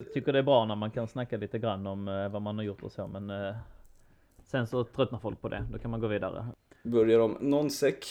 tycker det är bra när man kan snacka lite grann om vad man har gjort och så, men sen så tröttnar folk på det. Då kan man gå vidare. Börjar om någon säck.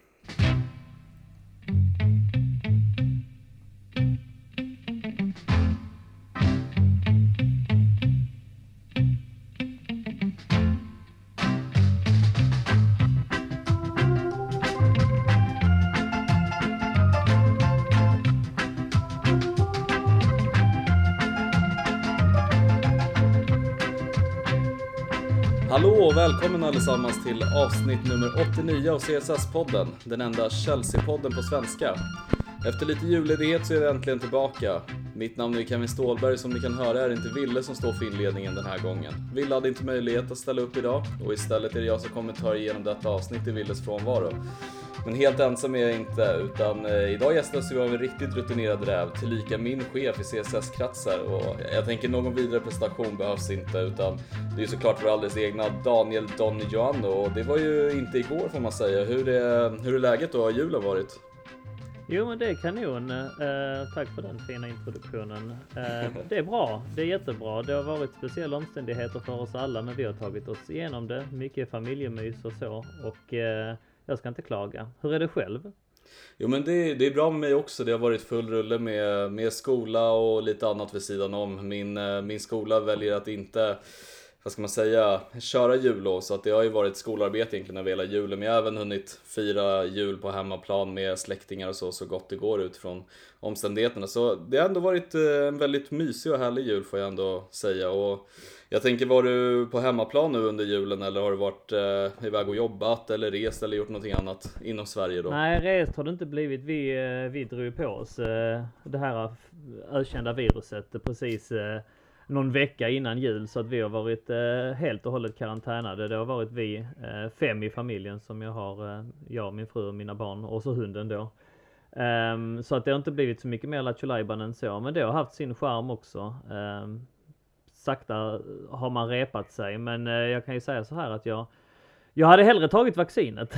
Hallå och välkommen allesammans till avsnitt nummer 89 av CSS-podden, den enda Chelsea-podden på svenska. Efter lite julledighet så är vi äntligen tillbaka. Mitt namn är Kevin Ståhlberg, som ni kan höra är det inte Ville som står för inledningen den här gången. Ville hade inte möjlighet att ställa upp idag och istället är det jag som kommer ta igenom detta avsnitt i Villes frånvaro. Men helt ensam är jag inte, utan idag gästas vi av en riktigt rutinerad räv, tillika min chef i CSS-kretsar. Och jag tänker någon vidare prestation behövs inte, utan det är såklart vår alldeles egna Daniel Don Joanno. Och det var ju inte igår får man säga. Hur är läget då? Har julen varit? Jo, men det är kanon. Tack för den fina introduktionen. Det är bra, det är jättebra. Det har varit speciella omständigheter för oss alla, men vi har tagit oss igenom det. Mycket familjemys och så. Och jag ska inte klaga. Hur är det själv? Jo, men det är bra med mig också. Det har varit full rulle med skola och lite annat vid sidan om. Min skola väljer att inte, vad ska man säga, köra jullov, så att det har ju varit skolarbete egentligen över hela julen. Men jag har även hunnit fira jul på hemmaplan med släktingar och så gott det går utifrån omständigheterna. Så det har ändå varit en väldigt mysig och härlig jul får jag ändå säga. Och jag tänker, var du på hemmaplan nu under julen eller har du varit iväg och jobbat eller rest eller gjort någonting annat inom Sverige då? Nej, rest har det inte blivit. Vi drog på oss det här ökända viruset precis någon vecka innan jul, så att vi har varit helt och hållet karantänade. Det har varit vi 5 i familjen som jag har, jag, min fru och mina barn och så hunden då. Så att det har inte blivit så mycket mer latjolajban än så, men det har haft sin charm också. Sakta har man repat sig, men jag kan ju säga så här att jag hade hellre tagit vaccinet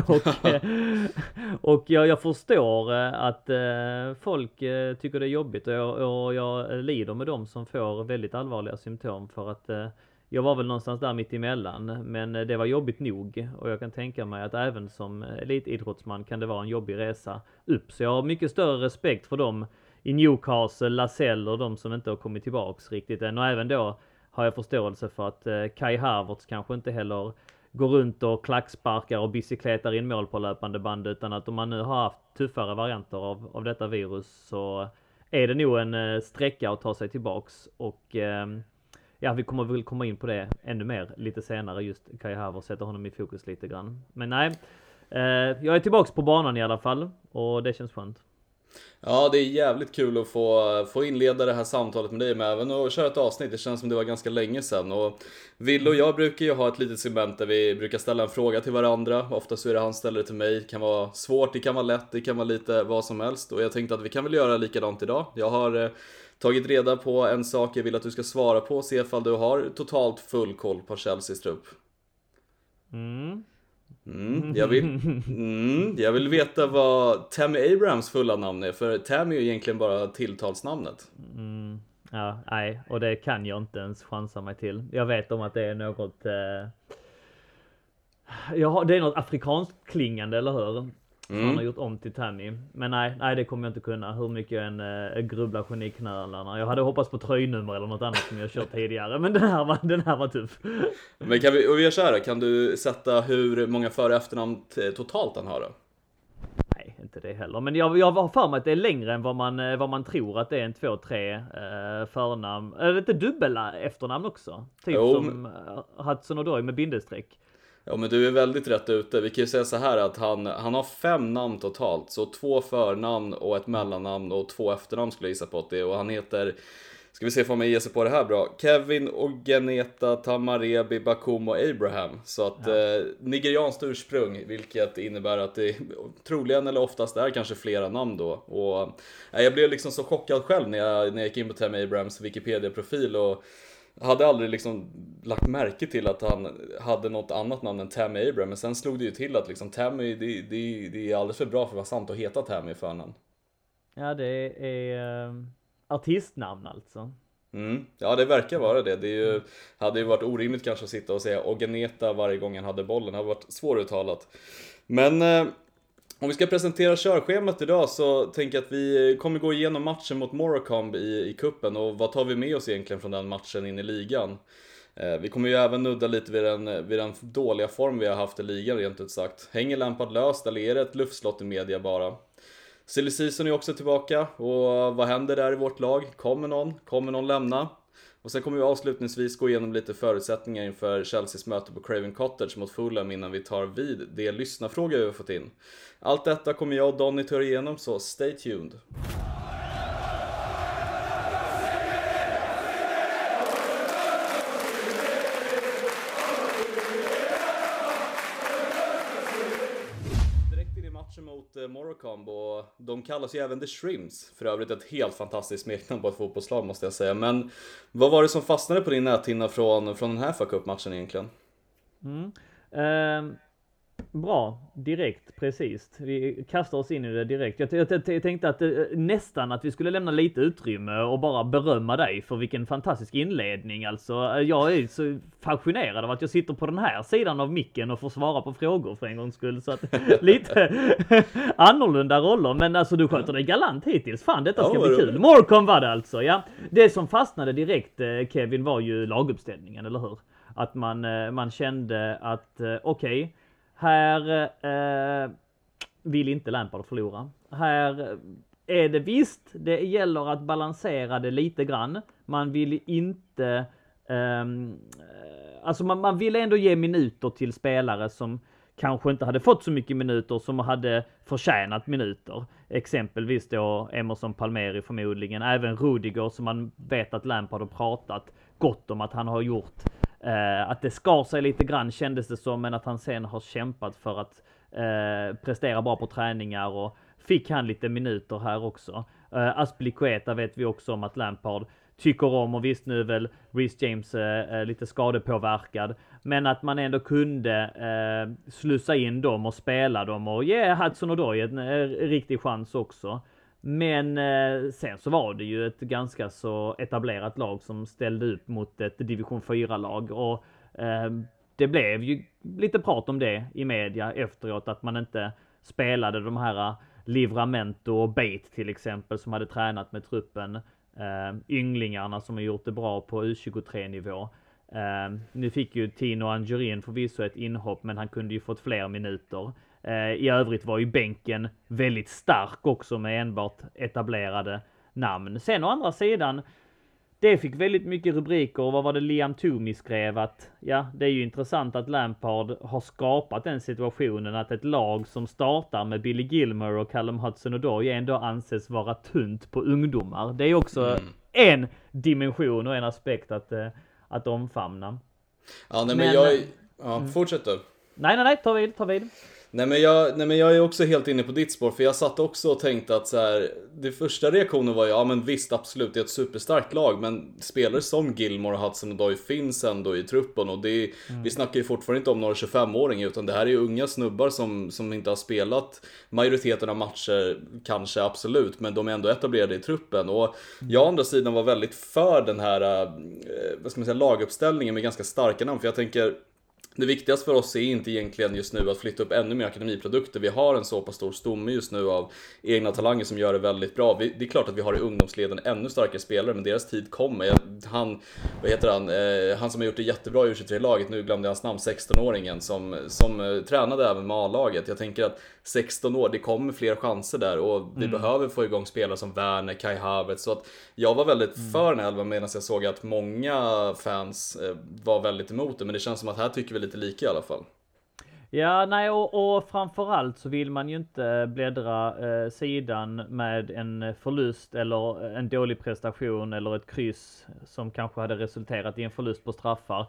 och jag förstår att folk tycker det är jobbigt och jag lider med dem som får väldigt allvarliga symptom, för att jag var väl någonstans där mitt emellan, men det var jobbigt nog och jag kan tänka mig att även som elitidrottsman kan det vara en jobbig resa upp, så jag har mycket större respekt för dem i Newcastle, Lascelles och de som inte har kommit tillbaks riktigt än, och även då har jag förståelse för att Kai Havertz kanske inte heller går runt och klacksparkar och bicykletar in mål på löpande band, utan att om man nu har haft tuffare varianter av detta virus så är det nog en sträcka att ta sig tillbaks, och ja, vi kommer väl komma in på det ännu mer lite senare, just Kai Havertz, sätter honom i fokus lite grann. Men nej, jag är tillbaks på banan i alla fall och det känns skönt. Ja, det är jävligt kul att få inleda det här samtalet med dig, men även att köra ett avsnitt. Det känns som det var ganska länge sedan. Och Will och jag brukar ju ha ett litet segment där vi brukar ställa en fråga till varandra. Ofta så är det han ställer det till mig. Det kan vara svårt, det kan vara lätt, det kan vara lite vad som helst. Och jag tänkte att vi kan väl göra likadant idag. Jag har tagit reda på en sak jag vill att du ska svara på. Se ifall du har totalt full koll på Chelseas trupp. Jag vill veta vad Tammy Abrahams fulla namn är, för Tammy är ju egentligen bara tilltalsnamnet. Ja, nej, och det kan jag inte ens chansa mig till. Jag vet om att det är något det är något afrikanskt klingande, eller hur? Han har gjort om till Tammy. Men nej, det kommer jag inte kunna. Hur mycket jag än grubblar geniknölarna. Jag hade hoppats på tröjnummer eller något annat som jag kört tidigare. Men den här var tuff. Men vi gör så här, kan du sätta hur många för- och efternamn totalt han har då? Nej, inte det heller. Men jag har för mig att det är längre än vad man tror, att det är en 2-3 förnamn. Är det inte dubbla efternamn också? Typ som Hudson Odoi med bindestreck. Ja, men du är väldigt rätt ute. Vi kan ju säga så här att han har 5 namn totalt. Så 2 förnamn och ett mellannamn och 2 efternamn skulle jag gissa på att det är. Och han heter, ska vi se om jag ger sig på det här bra, Kevin Ogeneta Tamarebi Bakum och Abraham. Så att nigerianskt ursprung, vilket innebär att det troligen eller oftast är kanske flera namn då. Och jag blev liksom så chockad själv när jag gick in på Tammy Abrahams Wikipedia-profil och hade aldrig liksom lagt märke till att han hade något annat namn än Tammy Abraham. Men sen slog det ju till att liksom Tammy, det är alldeles för bra för att vara sant att heta Tammy i förnamn. Ja, det är artistnamn alltså. Ja, det verkar vara det. Hade ju varit orimligt kanske att sitta och säga Oganeta varje gång han hade bollen. Det hade varit svåruttalat. Men om vi ska presentera körschemat idag så tänker jag att vi kommer gå igenom matchen mot Morecambe i kuppen. Och vad tar vi med oss egentligen från den matchen in i ligan? Vi kommer ju även nudda lite vid den dåliga form vi har haft i ligan rent ut sagt. Hänger Lampard löst eller är det ett luftslott i media bara? Silly Season är också tillbaka och vad händer där i vårt lag? Kommer någon lämna? Och sen kommer vi avslutningsvis gå igenom lite förutsättningar inför Chelseas möte på Craven Cottage mot Fulham innan vi tar vid det lyssnarfrågor vi har fått in. Allt detta kommer jag och Donny ta igenom, så stay tuned. Mot Morecambe, och de kallas ju även The Shrimps. För övrigt ett helt fantastiskt smeknamn på ett fotbollslag måste jag säga. Men vad var det som fastnade på din näthinna från den här Fuck Up-matchen egentligen? Bra, direkt, precis. Vi kastar oss in i det direkt. Jag tänkte att nästan att vi skulle lämna lite utrymme och bara berömma dig för vilken fantastisk inledning. Alltså, jag är så fascinerad av att jag sitter på den här sidan av micken och får svara på frågor för en gångs skull. Så att lite annorlunda roller. Men alltså, du sköter dig galant hittills. Fan, detta ska bli kul. Morecambe var det alltså, ja. Det som fastnade direkt, Kevin, var ju laguppställningen, eller hur? Att man kände att, okej, här vill inte Lampard förlora. Här är det visst, det gäller att balansera det lite grann. Man vill inte, alltså man vill ändå ge minuter till spelare som kanske inte hade fått så mycket minuter, som hade förtjänat minuter. Exempelvis då Emerson Palmieri förmodligen, även Rudiger som man vet att Lampard har pratat gott om att han har gjort. Att det skar sig lite grann kändes det som, men att han sen har kämpat för att prestera bra på träningar och fick han lite minuter här också. Azpilicueta vet vi också om att Lampard tycker om, och visst nu är väl Reece James lite skadepåverkad, men att man ändå kunde slussa in dem och spela dem och ge Hudson-Odoi en riktig chans också. Men sen så var det ju ett ganska så etablerat lag som ställde upp mot ett division 4-lag, och det blev ju lite prat om det i media efteråt, att man inte spelade de här Livramento och Bate till exempel som hade tränat med truppen, ynglingarna som har gjort det bra på U23-nivå. Nu fick ju Tino Angerin förvisso ett inhopp, men han kunde ju fått fler minuter. I övrigt var ju bänken väldigt stark också med enbart etablerade namn. Sen å andra sidan, det fick väldigt mycket rubriker, och vad var det Liam Toomey skrev att ja, det är ju intressant att Lampard har skapat den situationen att ett lag som startar med Billy Gilmour och Callum Hudson-Odoi ändå anses vara tunt på ungdomar. Det är också en dimension och en aspekt att omfamna. Ja, nej, men fortsätt du. Nej, ta vid. Nej men jag är också helt inne på ditt spår, för jag satt också och tänkte att så här, det första reaktionen var ja men visst absolut, det är ett superstarkt lag, men spelare som Gilmour och Hudson-Odoi finns ändå i truppen, och vi snackar ju fortfarande inte om några 25-åringar, utan det här är ju unga snubbar som inte har spelat majoriteten av matcher kanske, absolut, men de är ändå etablerade i truppen, och jag å andra sidan var väldigt för den här vad ska man säga, laguppställningen med ganska starka namn, för jag tänker det viktigaste för oss är inte egentligen just nu att flytta upp ännu mer akademiprodukter. Vi har en så pass stor stomme just nu av egna talanger som gör det väldigt bra. Det är klart att vi har i ungdomsleden ännu starkare spelare, men deras tid kommer. Han som har gjort det jättebra i U23-laget, nu glömde jag hans namn, 16-åringen som tränade även med A-laget. Jag tänker att 16 år, det kommer fler chanser där, och vi behöver få igång spelare som Werner, Kai Havertz. Så att jag var väldigt för den här elvan, medan jag såg att många fans var väldigt emot det, men det känns som att här tycker vi lite lika i alla fall. Ja, nej, och framförallt så vill man ju inte bläddra sidan med en förlust eller en dålig prestation eller ett kryss som kanske hade resulterat i en förlust på straffar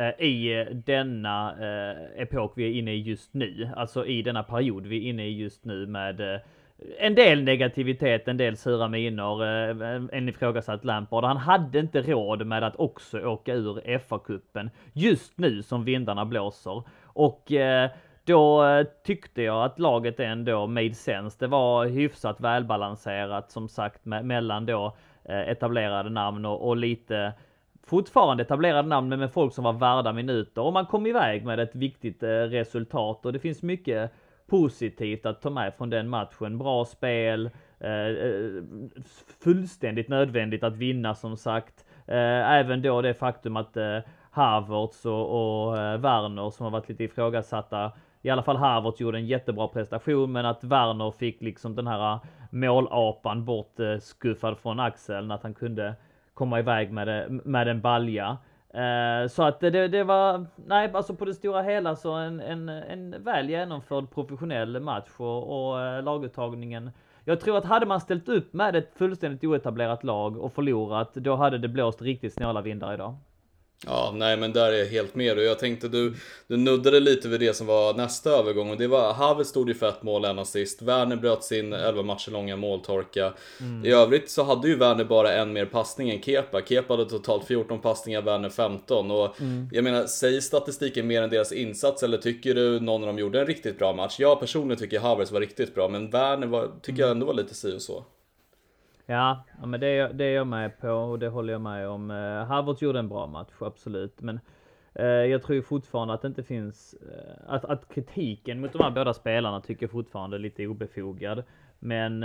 i denna epok vi är inne i just nu. Alltså i denna period vi är inne i just nu med en del negativitet, en del sura miner, en ifrågasatt Lampard. Han hade inte råd med att också åka ur FA-cupen just nu som vindarna blåser. Och då tyckte jag att laget ändå made sense. Det var hyfsat välbalanserat som sagt mellan då etablerade namn och lite fortfarande etablerade namn men med folk som var värda minuter. Och man kom iväg med ett viktigt resultat och det finns mycket positivt att ta med från den matchen. Bra spel, fullständigt nödvändigt att vinna som sagt. Även då det faktum att Havertz och Werner som har varit lite ifrågasatta, i alla fall Havertz gjorde en jättebra prestation, men att Werner fick liksom den här målapan bort skuffad från axeln, att han kunde komma iväg med en balja. Så att det var, nej, alltså på det stora hela så en väl genomförd professionell match och laguttagningen. Jag tror att hade man ställt upp med ett fullständigt oetablerat lag och förlorat, då hade det blåst riktigt snåla vindar idag. Ja, nej men där är jag helt med och jag tänkte du nuddade lite vid det som var nästa övergång och det var Havertz stod ju för ett mål, en assist. Werner bröt sin 11 matcher långa måltorka. I övrigt så hade ju Werner bara en mer passning än Kepa. Kepa hade totalt 14 passningar, Werner 15 och jag menar, säger statistiken mer än deras insats eller tycker du någon av dem gjorde en riktigt bra match? Jag personligen tycker Havertz var riktigt bra, men Werner tycker jag ändå var lite si och så. Ja, men det är jag med på och det håller jag med om. Havertz gjorde en bra match, absolut. Men jag tror ju fortfarande att det inte finns... Att kritiken mot de här båda spelarna tycker jag fortfarande är lite obefogad. Men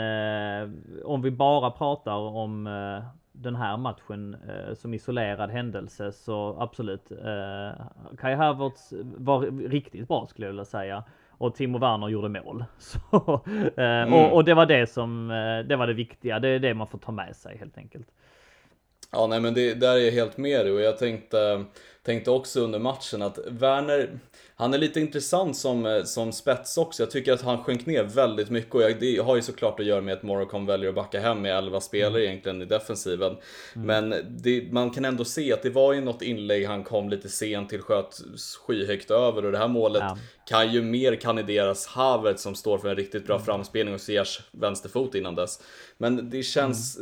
om vi bara pratar om den här matchen som isolerad händelse så absolut. Kai Havertz var riktigt bra skulle jag vilja säga. Och Timo Werner gjorde mål. Så, och det var det var det viktiga. Det är det man får ta med sig helt enkelt. Ja, nej men där är jag helt med dig och jag tänkte också under matchen att Werner, han är lite intressant som spets också. Jag tycker att han sjönk ner väldigt mycket och det har ju såklart att göra med att Morocco väljer att backa hem med 11 spelare egentligen i defensiven. Men man kan ändå se att det var ju något inlägg han kom lite sent till, sköt skyhögt över och det här målet kan ju mer kandideras Havertz som står för en riktigt bra framspelning och Ziyech vänsterfot innan dess. Men det känns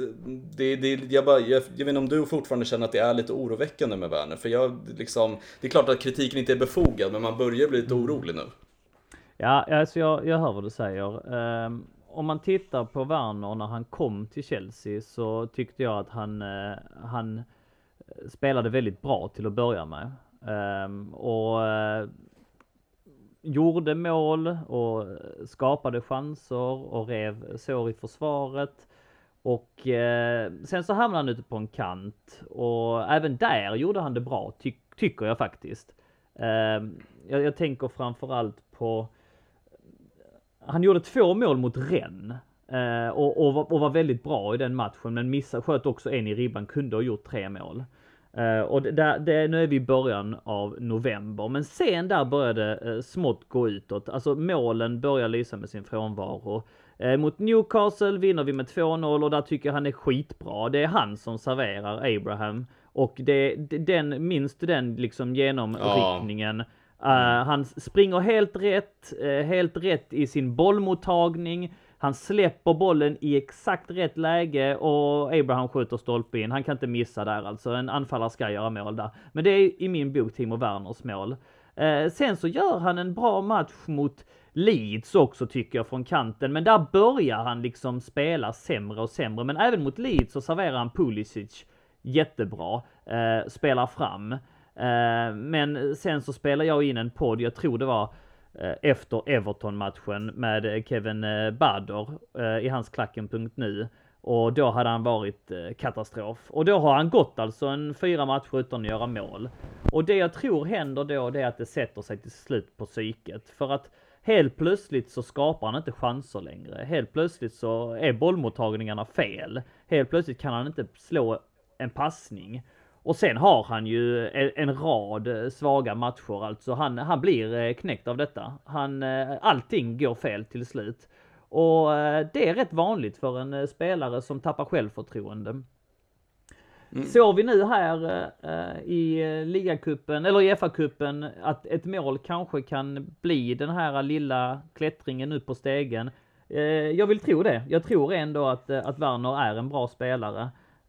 jag vet inte om du fortfarande känner att det är lite oroväckande med Werner, för det är klart att kritiken inte är befogad, men man börjar bli lite orolig nu. Ja, alltså jag hör vad du säger. Om man tittar på Werner när han kom till Chelsea så tyckte jag att han spelade väldigt bra till att börja med. Och gjorde mål och skapade chanser och rev sår i försvaret. Och sen så hamnade han ute på en kant och även där gjorde han det bra, tycker jag faktiskt. Jag tänker framförallt på, han gjorde 2 mål mot Rennes och var väldigt bra i den matchen, men sköt också en i ribban, kunde ha gjort 3 mål. Och nu är vi i början av november, men sen där började smått gå utåt. Alltså målen börjar lysa med sin frånvaro. Mot Newcastle vinner vi med 2-0 och där tycker jag han är skitbra. Det är han som serverar Abraham och minns du den liksom genomriktningen. Han springer helt rätt i sin bollmottagning. Han släpper bollen i exakt rätt läge och Abraham skjuter stolpe in. Han kan inte missa där alltså. En anfallare ska göra mål där. Men det är i min bok Timo Werners mål. Sen så gör han en bra match mot Leeds också tycker jag från kanten. Men där börjar han liksom spela sämre och sämre. Men även mot Leeds så serverar han Pulisic jättebra. Spelar fram. Men sen så spelar jag in en podd, jag tror det var efter Everton-matchen med Kevin Bader i hans Klacken.nu. Och då hade han varit katastrof. Och då har han gått alltså en 4 matcher utan att göra mål. Och det jag tror händer då, det är att det sätter sig till slut på psyket. För att helt plötsligt så skapar han inte chanser längre. Helt plötsligt så är bollmottagningarna fel. Helt plötsligt kan han inte slå en passning. Och sen har han ju en rad svaga matcher. Alltså han blir knäckt av detta. Allting går fel till slut. Och det är rätt vanligt för en spelare som tappar självförtroende. Såg vi nu här i ligacupen eller i FA-cupen att ett mål kanske kan bli den här lilla klättringen upp på stegen. Jag vill tro det. Jag tror ändå att Werner är en bra spelare.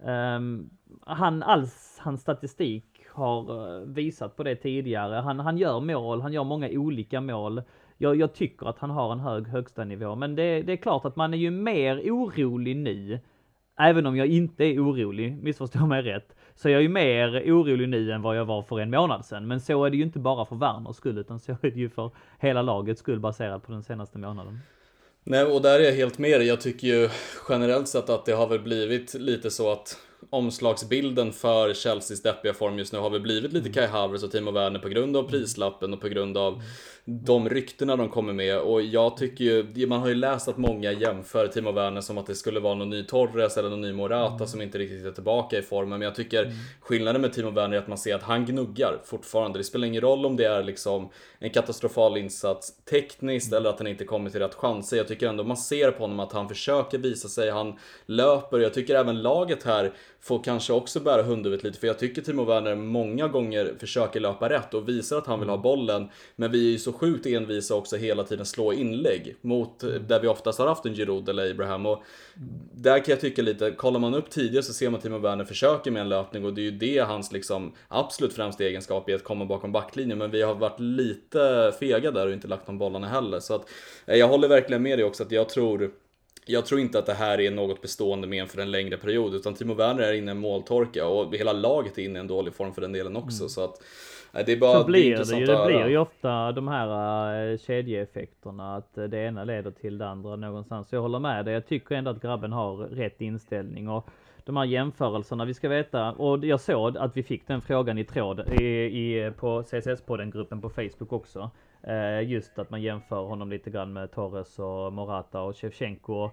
Hans statistik har visat på det tidigare. Han gör mål, han gör många olika mål. Jag tycker att han har en högsta nivå. Men det är klart att man är ju mer orolig nu även om jag inte är orolig, missförstå mig rätt, så är jag ju mer orolig nu än vad jag var för en månad sedan. Men så är det ju inte bara för Werners skull, utan så är det ju för hela lagets skull baserat på den senaste månaden. Nej, och där är jag helt med dig. Jag tycker ju generellt sett att det har väl blivit lite så att omslagsbilden för Chelseas deppiga form just nu har väl blivit lite Kai Havertz och Timo Werner på grund av prislappen och på grund av de ryktena de kommer med. Och jag tycker ju, man har ju läst att många jämför Timo Werner som att det skulle vara någon ny Torres eller någon ny Morata som inte riktigt är tillbaka i formen. Men jag tycker skillnaden med Timo Werner är att man ser att han gnuggar fortfarande. Det spelar ingen roll om det är liksom en katastrofal insats tekniskt eller att han inte kommer till rätt chanser. Jag tycker ändå man ser på honom att han försöker visa sig, han löper. Jag tycker även laget här får kanske också bära hundhuvudet lite, för jag tycker Timo Werner många gånger försöker löpa rätt och visar att han vill ha bollen, men vi är ju så sjukt envisa också hela tiden slå inlägg mot där vi oftast har haft en Giroud eller Abraham, och där kan jag tycka lite, kollar man upp tidigare så ser man att Timo Werner försöker med en löpning och det är ju det hans liksom absolut främsta egenskap är, att komma bakom backlinjen, men vi har varit lite fega där och inte lagt de bollarna heller, så att jag håller verkligen med dig också att jag tror inte att det här är något bestående men för en längre period, utan Timo Werner är inne i en måltorka och hela laget är inne i en dålig form för den delen också, så att det är bara så blir det blir ju ofta de här kedjeeffekterna, att det ena leder till det andra någonstans. Så jag håller med dig, jag tycker ändå att grabben har rätt inställning, och de här jämförelserna vi ska veta, och jag såg att vi fick den frågan i tråd på CSS-podden-gruppen på Facebook också. Just att man jämför honom lite grann med Torres och Morata och Shevchenko.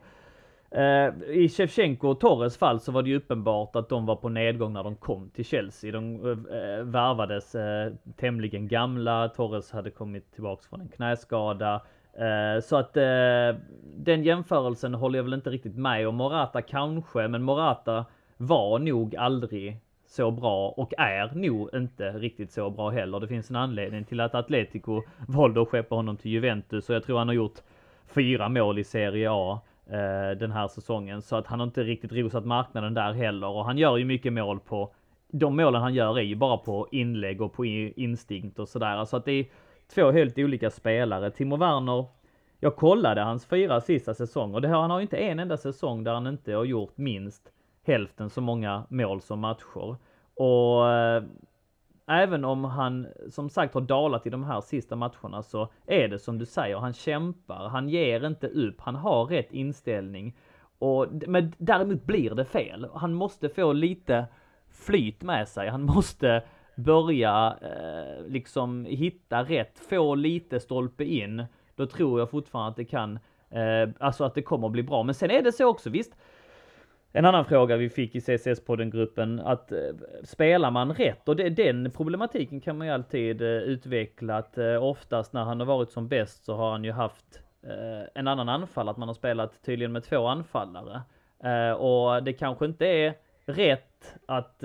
I Shevchenko och Torres fall så var det ju uppenbart att de var på nedgång när de kom till Chelsea. De värvades tämligen gamla. Torres hade kommit tillbaks från en knäskada. Så att den jämförelsen håller jag väl inte riktigt med. Och Morata kanske, men Morata var nog aldrig så bra och är nog inte riktigt så bra heller. Det finns en anledning till att Atletico valde att skeppa honom till Juventus, och jag tror han har gjort 4 mål i Serie A den här säsongen, så att han har inte riktigt rosat marknaden där heller, och han gör ju mycket mål på, de målen han gör är ju bara på inlägg och på instinkt och sådär, så att det är 2 helt olika spelare. Timo Werner, jag kollade hans 4 sista säsonger, han har ju inte en enda säsong där han inte har gjort minst hälften så många mål som matcher. Och även om han som sagt har dalat i de här sista matcherna, så är det som du säger, han kämpar, han ger inte upp, han har rätt inställning. Men däremot blir det fel. Han måste få lite flyt med sig, han måste börja liksom hitta rätt, få lite stolpe in. Då tror jag fortfarande att det kan, alltså att det kommer att bli bra. Men sen är det så också, visst. En annan fråga vi fick i CSS-podden-gruppen, att spelar man rätt, och den problematiken kan man ju alltid utveckla, att oftast när han har varit som bäst så har han ju haft en annan anfall, att man har spelat tydligen med 2 anfallare. Och det kanske inte är rätt att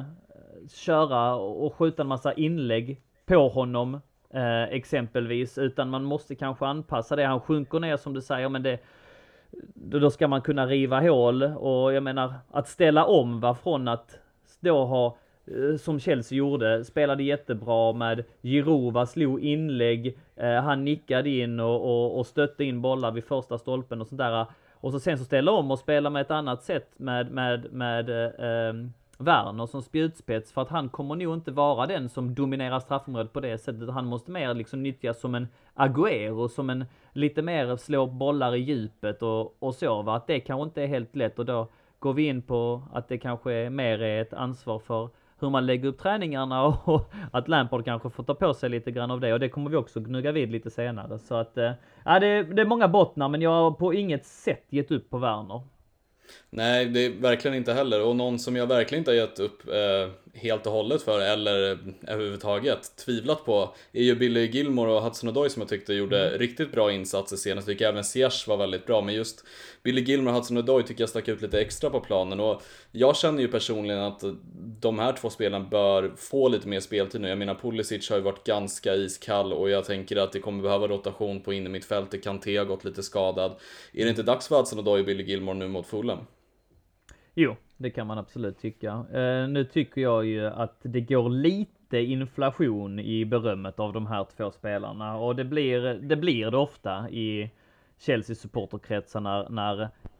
köra och skjuta en massa inlägg på honom exempelvis, utan man måste kanske anpassa det. Han sjunker ner som du säger, men då ska man kunna riva hål, och jag menar att ställa om från att då ha, som Chelsea gjorde, spelade jättebra med Giroud, slog inlägg, han nickade in och stötte in bollar vid första stolpen och sånt där, och så sen så ställa om och spela med ett annat sätt med Werner som spjutspets, för att han kommer nog inte vara den som dominerar straffområdet på det sättet. Han måste mer liksom nyttjas som en Agüero, som en lite mer slå bollar i djupet och så, va? Att det kanske inte är helt lätt, och då går vi in på att det kanske är mer ett ansvar för hur man lägger upp träningarna, och att Lampard kanske får ta på sig lite grann av det, och det kommer vi också gnugga vid lite senare. Så att det är många bottnar, men jag har på inget sätt gett upp på Werner. Nej, det är verkligen inte heller. Och någon som jag verkligen inte har gett upp helt och hållet för, eller överhuvudtaget tvivlat på, är ju Billy Gilmore och Hudson-Odoi, som jag tyckte gjorde riktigt bra insatser senast. Jag tycker även Ziyech var väldigt bra, men just Billy Gilmore och Hudson-Odoi tycker jag stack ut lite extra på planen. Och jag känner ju personligen att de här 2 spelarna bör få lite mer speltid nu. Jag menar, Pulisic har ju varit ganska iskall, och jag tänker att det kommer behöva rotation på in i mittfältet. Kanté har gått lite skadad. Är det inte dags för Hudson-Odoi och Billy Gilmore nu mot Fulham? Jo, det kan man absolut tycka. Nu tycker jag ju att det går lite inflation i berömmet av de här 2 spelarna, och det blir det ofta i Chelsea supporterkretsar när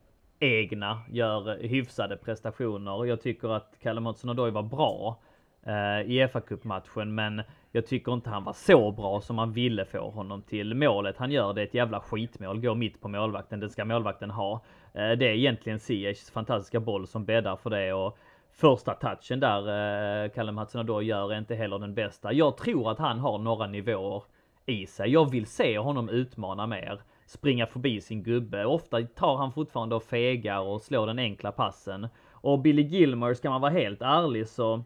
egna gör hyfsade prestationer. Jag tycker att Callum Hudson-Odoi var bra i FA Cup-matchen, men jag tycker inte han var så bra som man ville få honom till. Målet han gör, det är ett jävla skitmål, går mitt på målvakten, det ska målvakten ha. Det är egentligen Ziyechs fantastiska boll som bäddar för det, och första touchen där Callum Hudson-Odoi gör är inte heller den bästa. Jag tror att han har några nivåer i sig. Jag vill se honom utmana mer, springa förbi sin gubbe. Ofta tar han fortfarande och fegar och slår den enkla passen. Och Billy Gilmour, ska man vara helt ärlig, så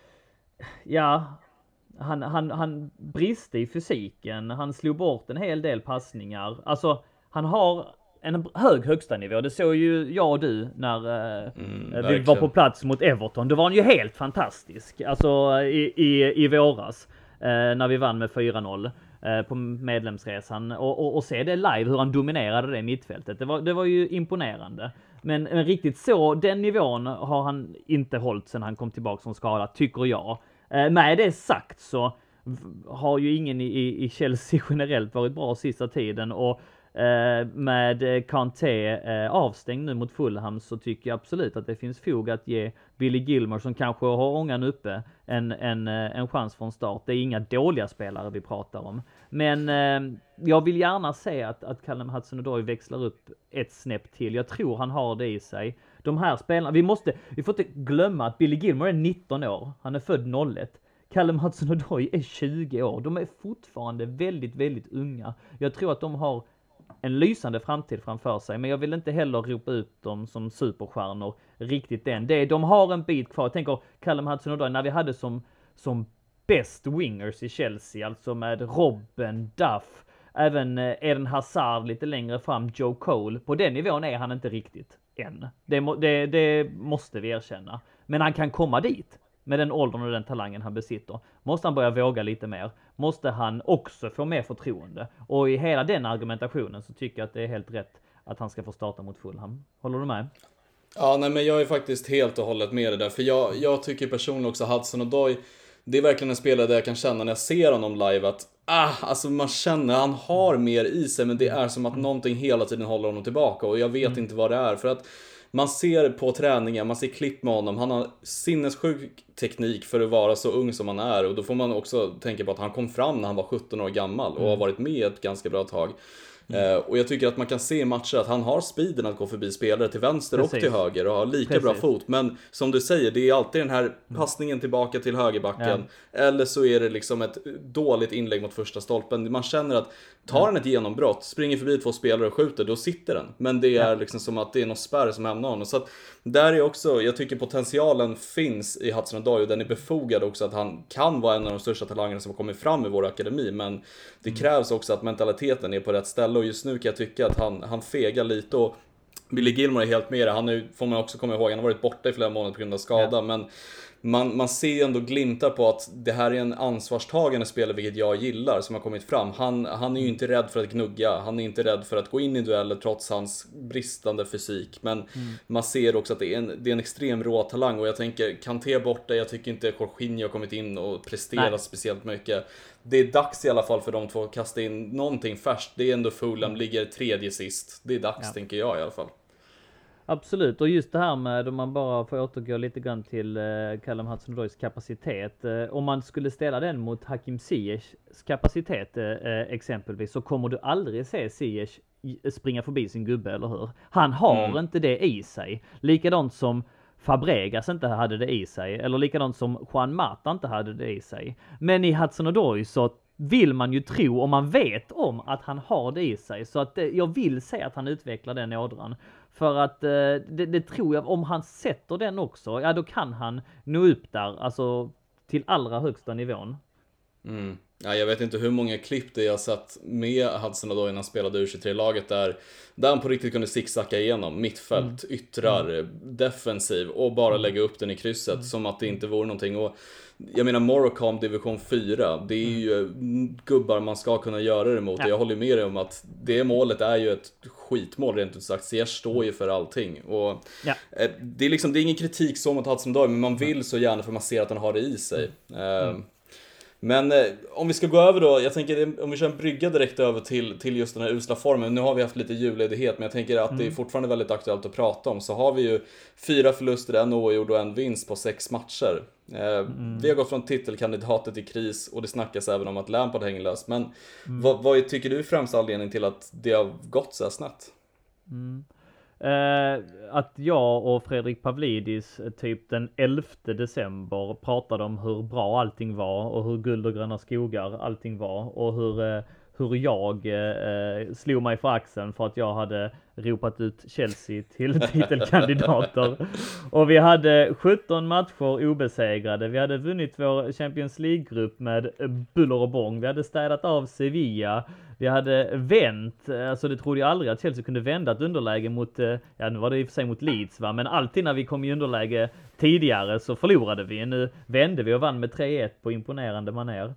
ja, han brister i fysiken. Han slog bort en hel del passningar. Alltså, han har en hög högsta nivå. Det såg ju jag och du när vi var på plats mot Everton. Då var han ju helt fantastisk. Alltså i våras när vi vann med 4-0 på medlemsresan. Och se det live, hur han dominerade det mittfältet. Det var ju imponerande. Men riktigt så, den nivån har han inte hållit sedan han kom tillbaka som skada, tycker jag. Med det sagt så har ju ingen i Chelsea generellt varit bra sista tiden, och med Kanté avstängd nu mot Fulham, så tycker jag absolut att det finns fog att ge Billy Gilmour, som kanske har ångan uppe, en chans från start. Det är inga dåliga spelare vi pratar om, men jag vill gärna se att Callum Hudson-Odoi växlar upp ett snäpp till. Jag tror han har det i sig. De här spelarna, vi får inte glömma att Billy Gilmour är 19 år, han är född 01. Callum Hudson-Odoi är 20 år. De är fortfarande väldigt, väldigt unga. Jag tror att de har en lysande framtid framför sig, men jag vill inte heller ropa ut dem som superstjärnor riktigt än. De har en bit kvar. Jag tänker Callum Hudson-Odoi, när vi hade som best wingers i Chelsea, alltså med Robben, Duff, även Eden Hazard lite längre fram, Joe Cole. På den nivån är han inte riktigt än. Det måste vi erkänna. Men han kan komma dit. Med den åldern och den talangen han besitter. Måste han börja våga lite mer. Måste han också få mer förtroende. Och i hela den argumentationen så tycker jag att det är helt rätt att han ska få starta mot Fulham. Håller du med? Ja, nej, men jag är faktiskt helt och hållet med det där. För jag tycker personligen också Hudson-Odoi, det är verkligen en spelare där jag kan känna när jag ser honom live att alltså man känner han har mer i sig, men det är som att någonting hela tiden håller honom tillbaka, och jag vet inte vad det är. För att man ser på träningen, man ser klipp med honom, han har sinnessjuk teknik för att vara så ung som han är, och då får man också tänka på att han kom fram när han var 17 år gammal och har varit med ett ganska bra tag. Och jag tycker att man kan se i matcher att han har speeden att gå förbi spelare till vänster och till höger och har lika bra fot. Men som du säger, det är alltid den här passningen tillbaka till högerbacken. Eller så är det liksom ett dåligt inlägg mot första stolpen. Man känner att tar han ett genombrott, springer förbi två spelare och skjuter, då sitter den. Men det är liksom som att det är någon spärr som hämnar honom. Så att där är också, jag tycker potentialen finns i Hudson-Odoi, och den är befogad också att han kan vara en av de största talangerna som har kommit fram i vår akademi. Men det krävs också att mentaliteten är på rätt ställe, och just nu kan jag tycka att han fegar lite, och Billy Gilmour är helt med det. Han är, får man också komma ihåg, han har varit borta i flera månader på grund av skada, men man ser ändå glimtar på att det här är en ansvarstagande spelare, vilket jag gillar, som har kommit fram. Han är ju inte rädd för att gnugga, han är inte rädd för att gå in i dueller trots hans bristande fysik, men man ser också att det är en extrem rå talang. Och jag tänker, Kanté borta, jag tycker inte Jorginho har kommit in och presterat speciellt mycket. Det är dags i alla fall för de två att kasta in någonting färskt. Det är ändå Fulham, ligger tredje sist. Det är dags, tänker jag i alla fall. Absolut, och just det här med, om man bara får återgå lite grann till Callum Hudson-Odois kapacitet. Om man skulle ställa den mot Hakim Ziyechs kapacitet exempelvis, så kommer du aldrig se Ziyech springa förbi sin gubbe, eller hur? Han har inte det i sig. Likadant som Fabregas inte hade det i sig, eller likadant som Juan Mata inte hade det i sig. Men i Hudson-Odoi så vill man ju tro, och man vet om att han har det i sig. Så att jag vill se att han utvecklar den ådran. För att det tror jag, om han sätter den också, ja då kan han nå upp där, alltså till allra högsta nivån. Ja, jag vet inte hur många klipp det jag har sett med Hudson-Odoi när han spelade U23-laget där han på riktigt kunde zigzacka igenom mittfält, yttrar, defensiv och bara lägga upp den i krysset som att det inte vore någonting. Och jag menar, Morocom division 4, det är ju gubbar man ska kunna göra det mot. Och jag håller med dig om att det målet är ju ett skitmål rent ut sagt. Ziyech står ju för allting. Och det är ingen kritik så mot Hudson-Odoi, men man vill så gärna, för man ser att han har det i sig. Men om vi ska gå över då, jag tänker om vi kör en brygga direkt över till just den här usla formen. Nu har vi haft lite julledighet, men jag tänker att det är fortfarande väldigt aktuellt att prata om. Så har vi ju 4 förluster, en oavgjord och en vinst på 6 matcher. Vi har gått från titelkandidater till kris och det snackas även om att Lampard hänger lös. Men vad tycker du är främst anledning till att det har gått så här snett? Att jag och Fredrik Pavlidis typ den 11 december pratade om hur bra allting var och hur guld och gröna skogar allting var och hur jag slog mig för axeln för att jag hade ropat ut Chelsea till titelkandidater. Och vi hade 17 matcher obesegrade. Vi hade vunnit vår Champions League-grupp med buller och bång. Vi hade städat av Sevilla. Vi hade vänt, alltså det trodde jag aldrig att Chelsea kunde vända ett underläge mot, ja nu var det i och för sig mot Leeds va, men alltid när vi kom i underläge tidigare så förlorade vi. Nu vände vi och vann med 3-1 på imponerande manér.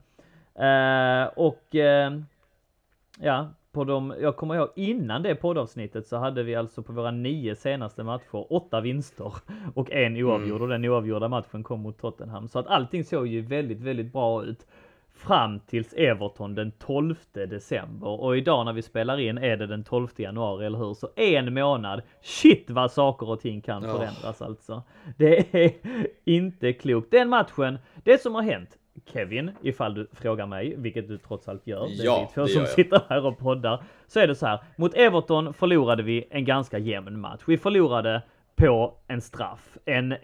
Ja, jag kommer ihåg innan det poddavsnittet så hade vi alltså på våra 9 senaste matcher 8 vinster och en oavgjord och den oavgjorda matchen kom mot Tottenham. Så att allting såg ju väldigt, väldigt bra ut fram tills Everton den 12 december. Och idag när vi spelar in är det den 12 januari, eller hur? Så en månad, shit vad saker och ting kan förändras alltså. Det är inte klokt. Den matchen, det som har hänt, Kevin, ifall du frågar mig, vilket du trots allt gör, det är vi två som sitter här och poddar, så är det så här, mot Everton förlorade vi en ganska jämn match. Vi förlorade på en straff,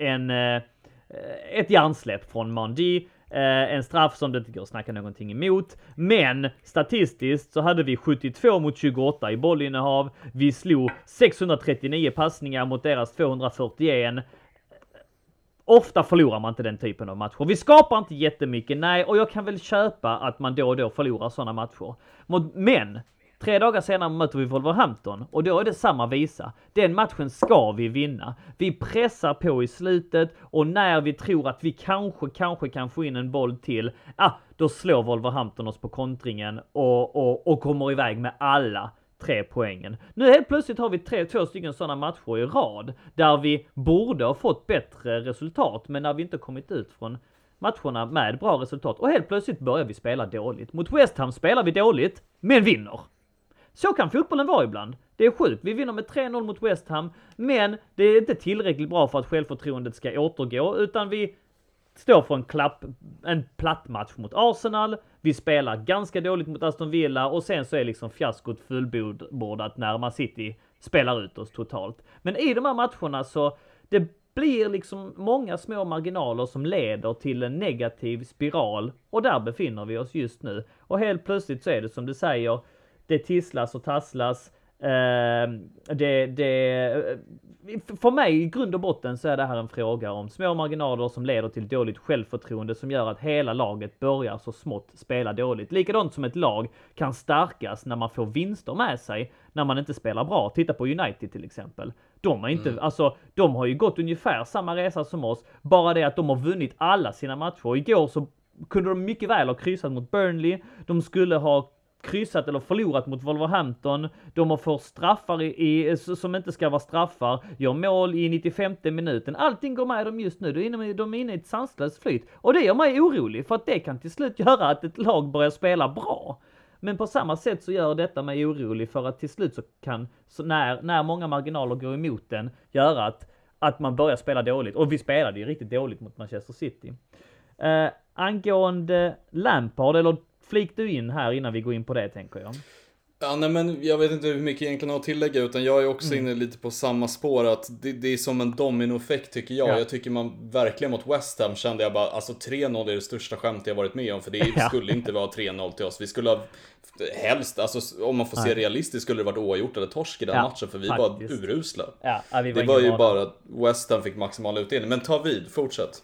ett hjärnsläpp från Mandy, en straff som det inte går att snacka någonting emot, men statistiskt så hade vi 72 mot 28 i bollinnehav, vi slog 639 passningar mot deras 241. Ofta förlorar man inte den typen av matcher. Vi skapar inte jättemycket, nej, och jag kan väl köpa att man då och då förlorar sådana matcher. Men 3 dagar senare möter vi Wolverhampton och då är det samma visa. Den matchen ska vi vinna. Vi pressar på i slutet och när vi tror att vi kanske kan få in en boll till, då slår Wolverhampton oss på kontringen och kommer iväg med alla 3 poängen. Nu helt plötsligt har vi 2 stycken sådana matcher i rad där vi borde ha fått bättre resultat, men när vi inte kommit ut från matcherna med bra resultat och helt plötsligt börjar vi spela dåligt. Mot West Ham spelar vi dåligt, men vinner. Så kan fotbollen vara ibland. Det är sjukt. Vi vinner med 3-0 mot West Ham, men det är inte tillräckligt bra för att självförtroendet ska återgå, utan vi står för en platt match mot Arsenal. Vi spelar ganska dåligt mot Aston Villa och sen så är liksom fiaskot fullbordat när Man City spelar ut oss totalt. Men i de här matcherna så det blir liksom många små marginaler som leder till en negativ spiral och där befinner vi oss just nu. Och helt plötsligt så är det som du säger, det tisslas och tasslas. För mig i grund och botten så är det här en fråga om små marginaler som leder till dåligt självförtroende som gör att hela laget börjar så smått spela dåligt. Likadant som ett lag kan stärkas när man får vinster med sig när man inte spelar bra. Titta på United till exempel. De har ju gått ungefär samma resa som oss, bara det att de har vunnit alla sina matcher. Igår så kunde de mycket väl ha kryssat mot Burnley. De skulle ha kryssat eller förlorat mot Wolverhampton. De har fått straffar som inte ska vara straffar. Gör mål i 95:e minuten. Allting går med dem just nu. De är inne i ett sanslöst flyt. Och det gör mig orolig för att det kan till slut göra att ett lag börjar spela bra. Men på samma sätt så gör detta mig orolig för att till slut så kan, när många marginaler går emot den, göra att man börjar spela dåligt. Och vi spelade ju riktigt dåligt mot Manchester City. Angående Lampard, eller flik du in här innan vi går in på det, tänker jag. Ja, nej, men jag vet inte hur mycket egentligen har att tillägga, utan jag är också inne lite på samma spår, att det är som en dominoeffekt tycker jag. Ja. Jag tycker man verkligen mot West Ham kände jag bara, alltså 3-0 är det största skämt jag varit med om, för det skulle inte vara 3-0 till oss. Vi skulle ha helst, alltså om man får se realistiskt, skulle det varit oavgjort eller torsk i den matchen, för vi var urusla. Det var ju bara att West Ham fick maximal utdelning, men ta vid, fortsätt.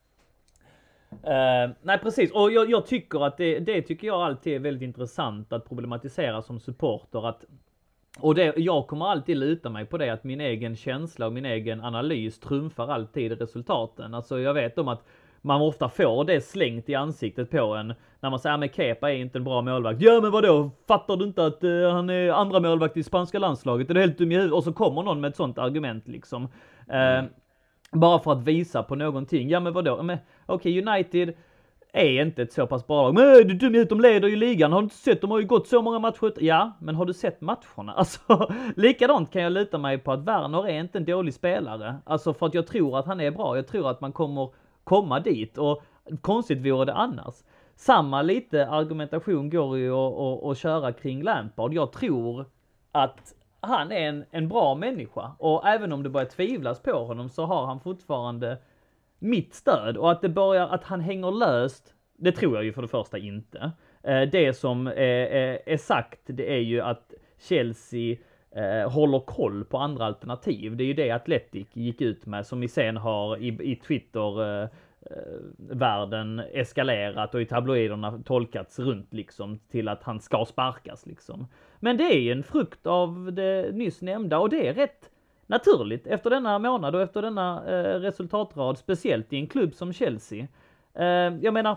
Nej precis, och jag tycker att det tycker jag alltid är väldigt intressant att problematisera som supporter, jag kommer alltid luta mig på det, att min egen känsla och min egen analys trumfar alltid resultaten. Alltså jag vet om att man ofta får det slängt i ansiktet på en när man säger att Kepa är inte en bra målvakt. Ja men vadå, fattar du inte att han är andra målvakt i spanska landslaget? Är det helt dum i huvudet? Och så kommer någon med ett sånt argument liksom. Bara för att visa på någonting. Ja men vadå? Okej, United, är inte ett så pass bra lag. Men är du dum ut, de leder ju ligan. Har du inte sett, de har ju gått så många matcher. Ja, men har du sett matcherna? Alltså, likadant kan jag luta mig på att Werner är inte en dålig spelare. Alltså för att jag tror att han är bra. Jag tror att man kommer komma dit, och konstigt vore det annars. Samma lite argumentation går ju att köra kring Lampard. Jag tror att han är en bra människa, och även om det börjar tvivlas på honom så har han fortfarande mitt stöd, och att han hänger löst, det tror jag ju för det första inte. Det som är sagt, det är ju att Chelsea håller koll på andra alternativ. Det är ju det Athletic gick ut med, som i sen har i Twitter världen eskalerat och i tabloiderna tolkats runt liksom till att han ska sparkas liksom. Men det är en frukt av det nyss nämnda, och det är rätt naturligt efter denna månad och efter denna resultatrad, speciellt i en klubb som Chelsea. Jag menar,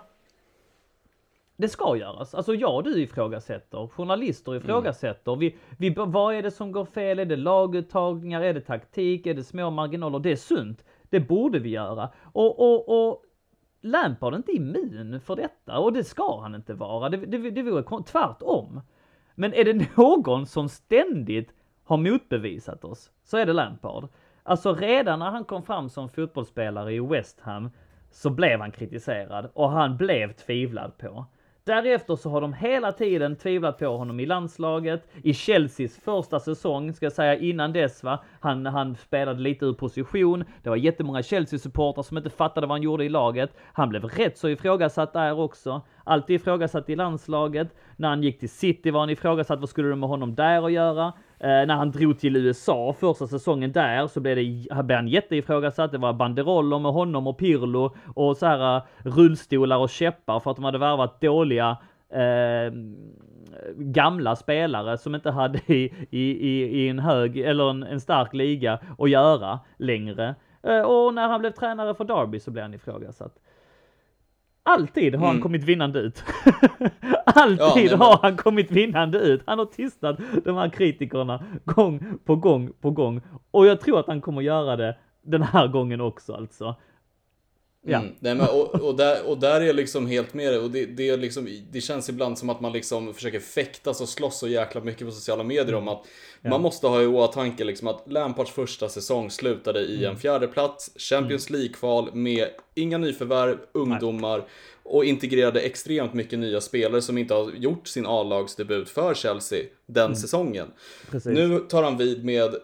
det ska göras. Alltså du ifrågasätter, journalister ifrågasätter. Vad är det som går fel? Är det laguttagningar? Är det taktik? Är det små marginaler? Det är sunt. Det borde vi göra. Och Lampard är inte immun för detta, och det ska han inte vara. Det vore tvärtom. Men är det någon som ständigt har motbevisat oss, så är det Lampard. Alltså redan när han kom fram som fotbollsspelare i West Ham så blev han kritiserad och han blev tvivlad på. Därefter så har de hela tiden tvivlat på honom i landslaget. I Chelseas första säsong, ska jag säga, innan dess han spelade lite ur position. Det var jättemånga Chelsea-supportrar som inte fattade vad han gjorde i laget. Han blev rätt så ifrågasatt där också. Alltid ifrågasatt i landslaget. När han gick till City var han ifrågasatt, vad skulle du med honom där att göra? När han drog till USA första säsongen där så blev han jätteifrågasatt. Det var banderoller med honom och Pirlo och så här rullstolar och käppar för att de hade värvat dåliga gamla spelare som inte hade i en hög eller en stark liga att göra längre. Och när han blev tränare för Derby så blev han ifrågasatt. Alltid har han kommit vinnande ut. Har han kommit vinnande ut. Han har tystat de här kritikerna gång på gång. Och jag tror att han kommer göra det den här gången också alltså. Ja. Nej, men, och där är jag liksom helt med det. Och det är liksom, det känns ibland som att man liksom försöker fäktas och slåss så jäkla mycket på sociala medier om att man måste ha i åtanke liksom att Lampards första säsong slutade i en 4:e plats, Champions League-kval med inga nyförvärv, ungdomar och integrerade extremt mycket nya spelare som inte har gjort sin A-lagsdebut för Chelsea den säsongen. Precis. Nu tar han vid med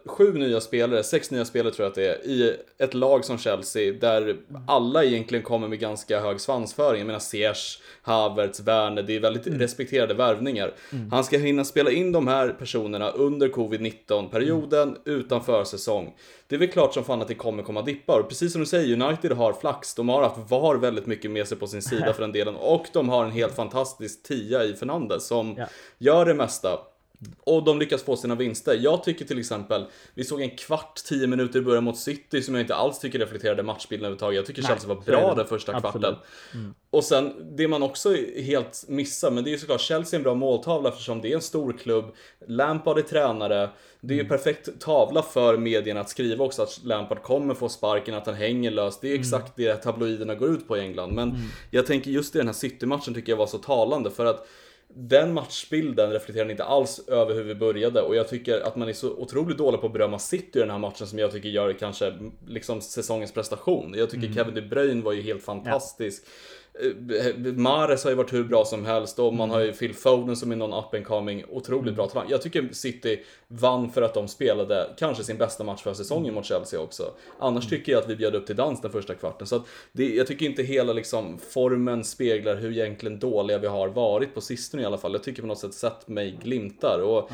6 nya spelare tror jag att det är, i ett lag som Chelsea där alla egentligen kommer med ganska hög svansföring. Jag menar Ziyech, Havertz, Werner, det är väldigt respekterade värvningar. Han ska hinna spela in de här personerna under covid-19-perioden utanför säsong. Det är väl klart som fan att det kommer komma dippar. Och precis som du säger, United har flax. De har haft VAR väldigt mycket med sig på sin sida för den delen. Och de har en helt fantastisk 10 i Fernandes som gör det mesta. Och de lyckas få sina vinster. Jag tycker till exempel, vi såg en 10 minuter i början mot City som jag inte alls tycker reflekterade matchbilden överhuvudtaget. Jag tycker Chelsea var bra den första kvarten. Och sen, det man också helt missar, men det är ju såklart Chelsea är en bra måltavla eftersom det är en stor klubb. Lampard är tränare. Det är ju perfekt tavla för medierna att skriva också att Lampard kommer få sparken, att han hänger löst. Det är exakt det tabloiderna går ut på i England. Men jag tänker just i den här City-matchen tycker jag var så talande för att den matchbilden reflekterar inte alls över hur vi började. Och jag tycker att man är så otroligt dålig på att berömma City i den här matchen som jag tycker gör kanske liksom säsongens prestation. Jag tycker Kevin De Bruyne var ju helt fantastisk. Mahrez har ju varit hur bra som helst och man har ju Phil Foden som är någon up and coming, otroligt bra talang. Jag tycker City vann för att de spelade kanske sin bästa match för säsongen mot Chelsea också. Annars tycker jag att vi bjöd upp till dans den första kvarten. Så att jag tycker inte hela liksom formen speglar hur egentligen dåliga vi har varit på sistone i alla fall. Jag tycker på något sätt sett mig glimtar och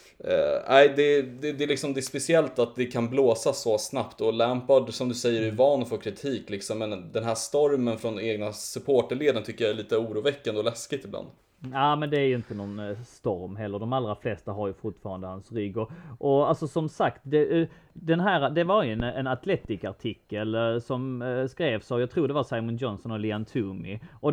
det är speciellt att det kan blåsa så snabbt. Och Lampard, som du säger, är van att få kritik liksom. Men den här stormen från egna supporterleden tycker jag är lite oroväckande och läskigt ibland. Ja, men det är ju inte någon storm heller. De allra flesta har ju fortfarande hans rygg. Och alltså som sagt, det var ju en Athletic-artikel som skrevs av, jag tror det var Simon Johnson och Liam Toomey. Och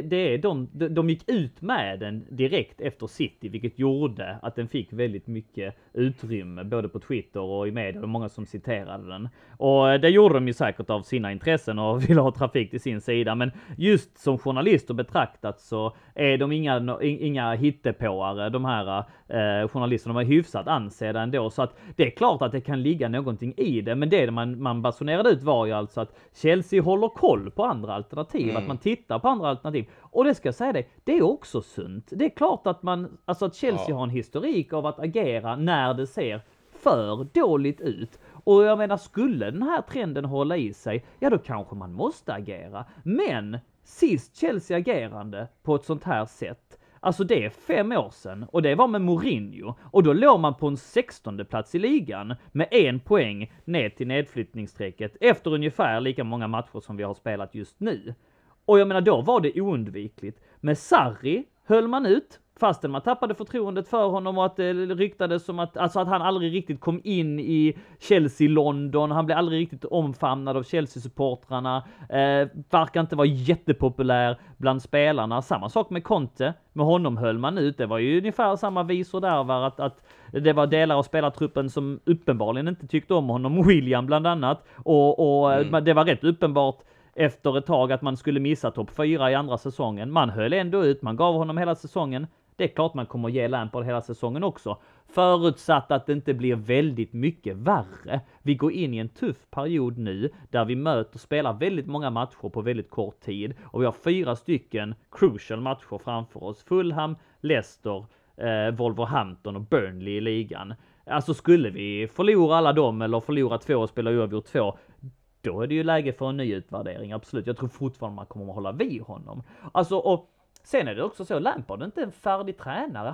de gick ut med den direkt efter City, vilket gjorde att den fick väldigt mycket utrymme, både på Twitter och i media. Och många som citerade den. Och det gjorde de ju säkert av sina intressen och ville ha trafik till sin sida. Men just som journalister betraktat så är de inga hittepåare, de här journalisterna. De är hyfsat ansedda ändå, så att det är klart att det kan ligga någonting i det, men det man basunerade ut var ju alltså att Chelsea håller koll på andra alternativ, att man tittar på andra alternativ. Och det ska jag säga det är också sunt. Det är klart att att Chelsea har en historik av att agera när det ser för dåligt ut. Och jag menar, skulle den här trenden hålla i sig, ja då kanske man måste agera. Men sist Chelsea agerande på ett sånt här sätt, alltså det är 5 år sedan och det var med Mourinho. Och då låg man på en 16:e plats i ligan med 1 poäng ner till nedflyttningsstrecket efter ungefär lika många matcher som vi har spelat just nu. Och jag menar, då var det oundvikligt. Med Sarri höll man ut, fastän man tappade förtroendet för honom och att det ryktades som att han aldrig riktigt kom in i Chelsea-London. Han blev aldrig riktigt omfamnad av Chelsea-supportrarna. Verkar inte vara jättepopulär bland spelarna. Samma sak med Conte. Med honom höll man ut. Det var ju ungefär samma visor där, var att det var delar av spelartruppen som uppenbarligen inte tyckte om honom. William bland annat. Och det var rätt uppenbart efter ett tag att man skulle missa topp 4 i andra säsongen. Man höll ändå ut, man gav honom hela säsongen. Det är klart man kommer att ge Lampard hela säsongen också. Förutsatt att det inte blir väldigt mycket värre. Vi går in i en tuff period nu där vi möter och spelar väldigt många matcher på väldigt kort tid. Och vi har 4 stycken crucial matcher framför oss. Fulham, Leicester, Wolverhampton och Burnley i ligan. Alltså skulle vi förlora alla dem eller förlora 2 och spela oavgjort 2, då är det ju läge för en ny utvärdering, absolut. Jag tror fortfarande man kommer att hålla vid honom. Alltså, och sen är det också så, Lampard är inte en färdig tränare.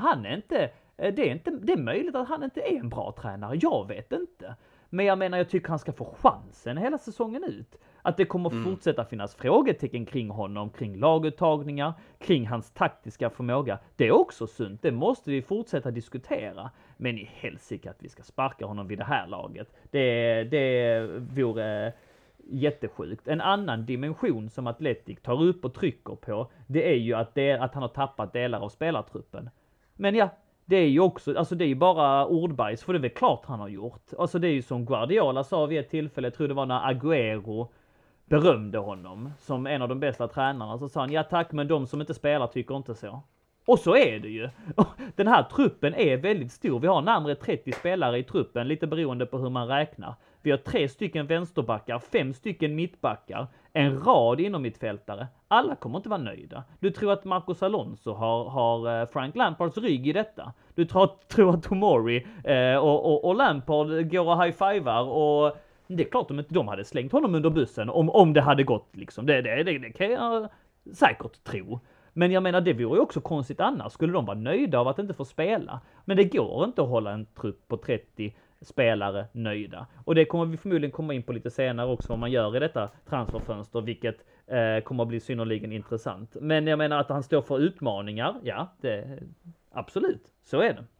Det är möjligt att han inte är en bra tränare, jag vet inte. Men jag menar, jag tycker han ska få chansen hela säsongen ut. Att det kommer fortsätta finnas frågetecken kring honom, kring laguttagningar, kring hans taktiska förmåga. Det är också sunt, det måste vi fortsätta diskutera. Men i helsike att vi ska sparka honom vid det här laget. Det vore jättesjukt. En annan dimension som Athletic tar upp och trycker på, det är ju att han har tappat delar av spelartruppen. Men ja, det är ju också, alltså det är ju bara ordbajs, för det är väl klart han har gjort. Alltså det är ju som Guardiola sa vid ett tillfälle, jag tror det var när Agüero berömde honom som en av de bästa tränarna, så sa han, ja tack, men de som inte spelar tycker inte så. Och så är det ju. Den här truppen är väldigt stor. Vi har närmare 30 spelare i truppen, lite beroende på hur man räknar. Vi har 3 stycken vänsterbackar, 5 stycken mittbackar, en rad inom mittfältare. Alla kommer inte vara nöjda. Du tror att Marcos Alonso har Frank Lampards rygg i detta. Du tror att Tomori och Lampard går och high-fivar, och det är klart att de hade slängt honom under bussen om det hade gått liksom. Det kan jag säkert tro. Men jag menar, det vore ju också konstigt annars. Skulle de vara nöjda av att inte få spela? Men det går inte att hålla en trupp på 30 spelare nöjda. Och det kommer vi förmodligen komma in på lite senare också, vad man gör i detta transferfönster, vilket kommer att bli synnerligen intressant. Men jag menar att han står för utmaningar, ja, absolut, så är det.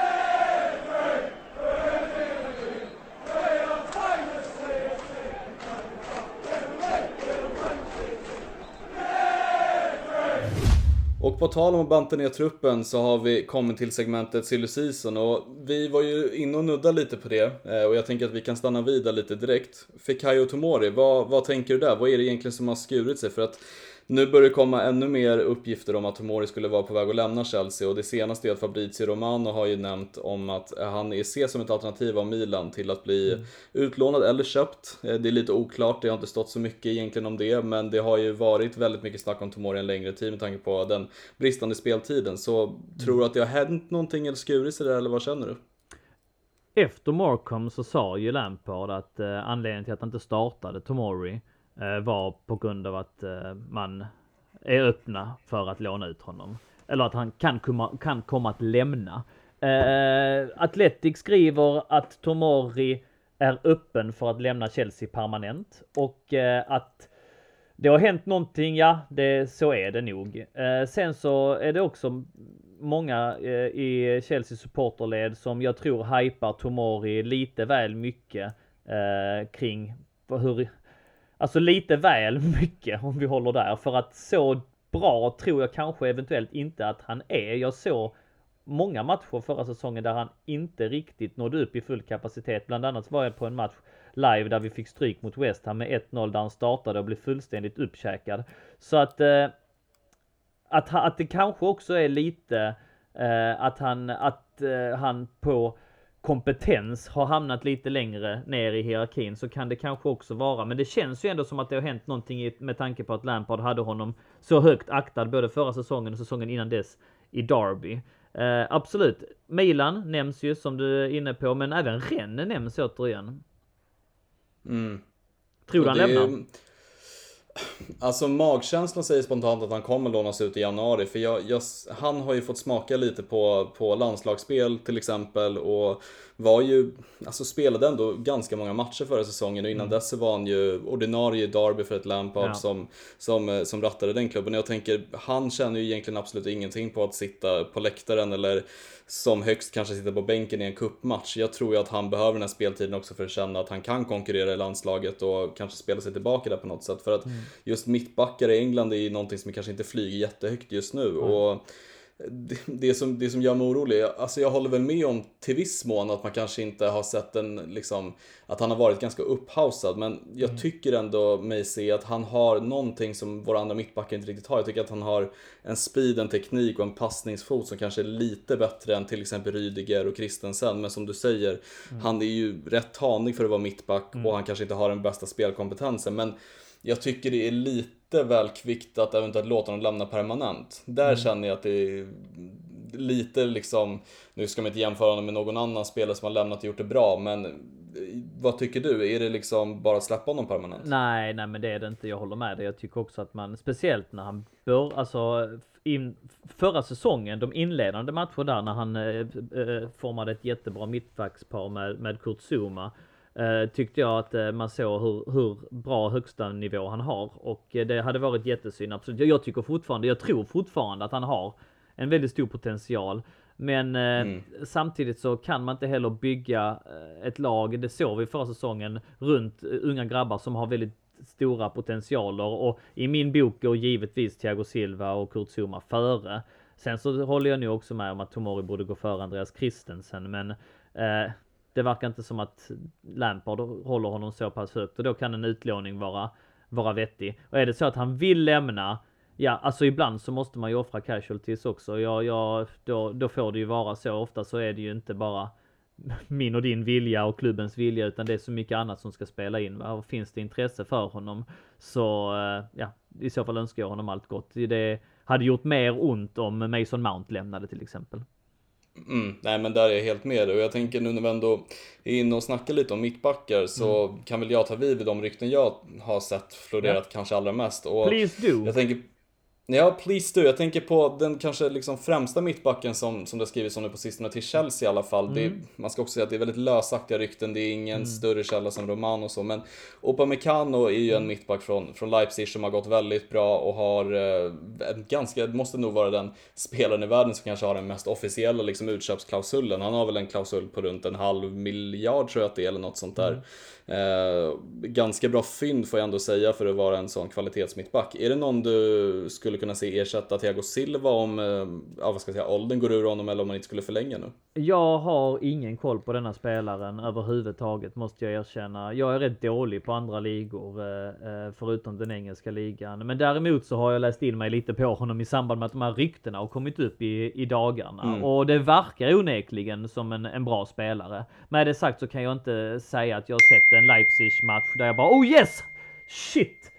Och på tal om att banta ner truppen så har vi kommit till segmentet Silly Season, och vi var ju inne och nudda lite på det, och jag tänker att vi kan stanna vidare lite direkt. Fikayo Tomori, vad tänker du där? Vad är det egentligen som har skurit sig? För att nu börjar det komma ännu mer uppgifter om att Tomori skulle vara på väg att lämna Chelsea, och det senaste är att Fabrizio Romano har ju nämnt om att han ses som ett alternativ av Milan till att bli utlånad eller köpt. Det är lite oklart, det har inte stått så mycket egentligen om det, men det har ju varit väldigt mycket snack om Tomori en längre tid med tanke på den bristande speltiden. Så tror du att det har hänt någonting eller skurit sig där, eller vad känner du? Efter Morecambe så sa ju Lampard att anledningen till att han inte startade Tomori var på grund av att man är öppna för att låna ut honom. Eller att han kan komma att lämna. Athletic skriver att Tomori är öppen för att lämna Chelsea permanent. Och att Det har hänt någonting, ja, så är det nog. Sen så är det också många i Chelsea supporterled som jag tror hypar Tomori lite väl mycket kring alltså lite väl mycket om vi håller där. För att så bra tror jag kanske eventuellt inte att han är. Jag såg många matcher förra säsongen där han inte riktigt nådde upp i full kapacitet. Bland annat var jag på en match live där vi fick stryk mot West Ham med 1-0 där han startade och blev fullständigt uppkäkad. Så att det kanske också är lite att han på kompetens har hamnat lite längre ner i hierarkin, så kan det kanske också vara. Men det känns ju ändå som att det har hänt någonting med tanke på att Lampard hade honom så högt aktad både förra säsongen och säsongen innan dess i Derby. Absolut. Milan nämns ju som du är inne på, men även Rennes nämns återigen. Tror du han lämnar? Alltså magkänslan säger spontant att han kommer lånas ut i januari. För han har ju fått smaka lite på landslagsspel till exempel. Och spelade ändå ganska många matcher förra säsongen. Och innan dess var han ju ordinarie Derby för ett Lampard som rattade den klubben. Och jag tänker, han känner ju egentligen absolut ingenting på att sitta på läktaren eller som högst kanske sitta på bänken i en cupmatch. Jag tror ju att han behöver den här speltiden också för att känna att han kan konkurrera i landslaget och kanske spela sig tillbaka där på något sätt. För att just mittbackar i England är ju någonting som kanske inte flyger jättehögt just nu. Och det som gör mig orolig, alltså jag håller väl med om till viss mån att man kanske inte har sett att han har varit ganska upphausad, men jag tycker ändå mig se att han har någonting som våra andra mittbackar inte riktigt har. Jag tycker att han har en speed, en teknik och en passningsfot som kanske är lite bättre än till exempel Rüdiger och Christensen, men som du säger, han är ju rätt tanig för att vara mittback och han kanske inte har den bästa spelkompetensen, men jag tycker det är lite väl kvickt att eventuellt låta honom lämna permanent. Där känner jag att det är lite liksom, nu ska man inte jämföra honom med någon annan spelare som har lämnat och gjort det bra, men vad tycker du? Är det liksom bara släppa honom permanent? Nej, men det är det inte. Jag håller med dig. Jag tycker också att man, speciellt när han förra säsongen, de inledande matcher där när han formade ett jättebra mittbackspar med Kurt Zouma, tyckte jag att man såg hur bra högsta nivå han har, och det hade varit jättesynd, absolut. Jag tror fortfarande att han har en väldigt stor potential, men samtidigt så kan man inte heller bygga ett lag, det såg vi förra säsongen, runt unga grabbar som har väldigt stora potentialer, och i min bok går givetvis Thiago Silva och Kurt Zouma före. Sen så håller jag nu också med om att Tomori borde gå före Andreas Christensen, men det verkar inte som att Lampard håller honom så pass högt, och då kan en utlåning vara vettig. Och är det så att han vill lämna, ja, alltså ibland så måste man ju offra casualties också. Då får det ju vara så. Ofta så är det ju inte bara min och din vilja och klubbens vilja, utan det är så mycket annat som ska spela in. Och finns det intresse för honom, så ja, i så fall önskar jag honom allt gott. Det hade gjort mer ont om Mason Mount lämnade till exempel. Nej, men där är jag helt med. Och jag tänker nu när vi ändå är inne och snackar lite om mittbackar, så kan väl jag ta vid de rykten jag har sett florerat kanske allra mest. Och Please do. Jag tänker, ja, please do. Jag tänker på den kanske liksom främsta mittbacken som det skrivits om nu på sistone till Chelsea i alla fall. Man ska också säga att det är väldigt lösaktiga rykten. Det är ingen större källa som Roman och så. Men Upamecano är ju en mittback från Leipzig som har gått väldigt bra och har måste nog vara den spelaren i världen som kanske har den mest officiella liksom utköpsklausulen. Han har väl en klausul på runt 500 miljoner tror jag att det är, eller något sånt där. Ganska bra fynd får jag ändå säga för att vara en sån kvalitetsmittback. Är det någon du skulle kunna se ersätta Thiago Silva om åldern går ur honom, eller om man inte skulle förlänga nu? Jag har ingen koll på denna spelaren överhuvudtaget, måste jag erkänna. Jag är rätt dålig på andra ligor förutom den engelska ligan. Men däremot så har jag läst in mig lite på honom i samband med att de här ryktena har kommit upp i dagarna. Och det verkar onekligen som en bra spelare. Med det sagt så kan jag inte säga att jag har sett en Leipzig-match där jag bara, oh yes! Shit!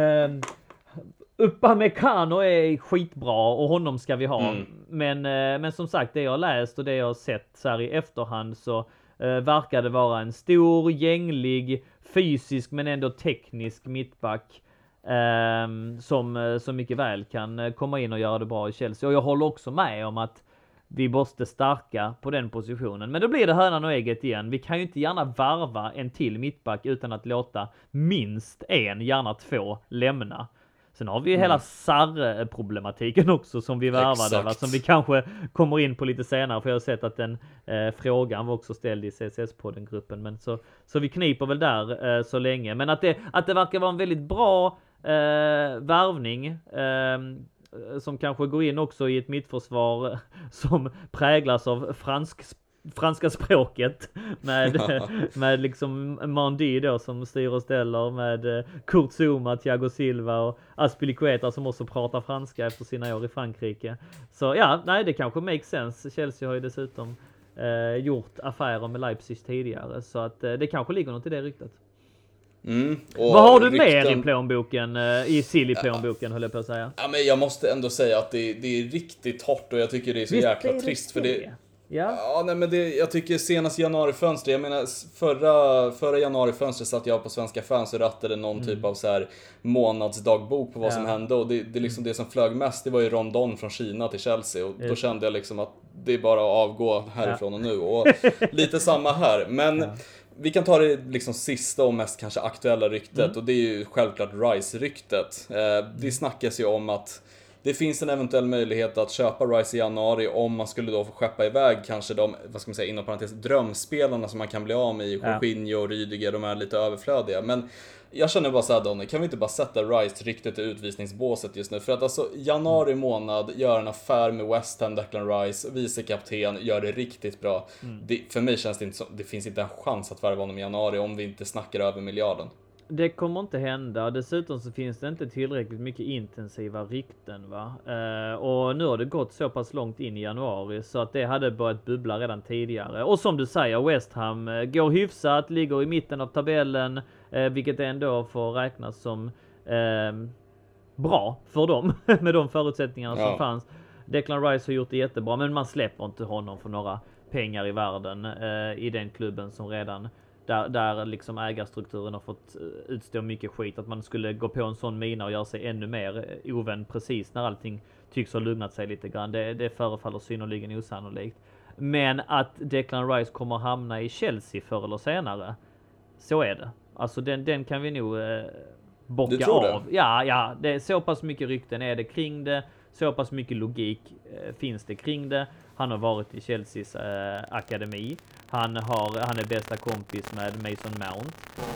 Upamecano är skitbra och honom ska vi ha. Men som sagt, det jag har läst och det jag har sett så här i efterhand, så verkar det vara en stor, gänglig, fysisk men ändå teknisk mittback som mycket väl kan komma in och göra det bra i Chelsea. Och jag håller också med om att vi måste stärka på den positionen. Men då blir det hönan och ägget igen. Vi kan ju inte gärna varva en till mittback utan att låta minst en, gärna 2, lämna. Sen har vi ju hela Sarr-problematiken också som vi värvade, va? Som vi kanske kommer in på lite senare, för jag har sett att den frågan var också ställd i CSS-podden-gruppen. Men så vi kniper väl där så länge. Men att det verkar vara en väldigt bra värvning som kanske går in också i ett mittförsvar som präglas av franska språket med liksom Mandy då som styr och ställer, med Kurt Zouma, Thiago Silva och Azpilicueta som också pratar franska efter sina år i Frankrike. Så ja, nej, det kanske makes sense. Chelsea har ju dessutom gjort affärer med Leipzig tidigare, så att det kanske ligger något i det ryktet. Vad har du mer i plånboken, i Silly-plånboken höll jag på att säga? Ja, men jag måste ändå säga att det är riktigt hårt, och jag tycker det är så jäkla trist för det. Ja, nej, men jag tycker senast januarifönster, jag menar förra januarifönstret satt jag på Svenska Fans och rattade någon typ av så här månadsdagbok på vad som hände, och det liksom det som flög mest, det var ju Rondon från Kina till Chelsea, och då kände jag liksom att det är bara att avgå härifrån och nu, och lite samma här, men vi kan ta det liksom sista och mest kanske aktuella ryktet, och det är ju självklart Rice-ryktet. Det snackas ju om att det finns en eventuell möjlighet att köpa Rice i januari om man skulle då få skeppa iväg kanske de, vad ska man säga, inom parentes, drömspelarna som man kan bli av med i Jorginho och Rydiger, de är lite överflödiga. Men jag känner bara såhär, Donny, kan vi inte bara sätta Rice-ryktet i utvisningsbåset just nu? För att alltså januari månad, gör en affär med West Ham, Declan Rice, vicekapten, gör det riktigt bra. För mig känns det inte som, det finns inte en chans att värva honom i januari om vi inte snackar över miljarden. Det kommer inte hända. Dessutom så finns det inte tillräckligt mycket intensiva rykten, va? Och nu har det gått så pass långt in i januari så att det hade börjat bubbla redan tidigare. Och som du säger, West Ham går hyfsat, ligger i mitten av tabellen, vilket ändå får räknas som bra för dem med de förutsättningarna som fanns. Declan Rice har gjort det jättebra, men man släpper inte honom för några pengar i världen i den klubben som redan där liksom ägarstrukturen har fått utstå mycket skit, att man skulle gå på en sån mina och göra sig ännu mer ovän precis när allting tycks ha lugnat sig lite grann. Det förefaller synnerligen osannolikt. Men att Declan Rice kommer hamna i Chelsea förr eller senare, så är det. Alltså den kan vi nog bocka av. Det? Ja, det är så pass mycket rykten är det kring det. Så pass mycket logik finns det kring det. Han har varit i Chelseas akademi. Han är bästa kompis med Mason Mount.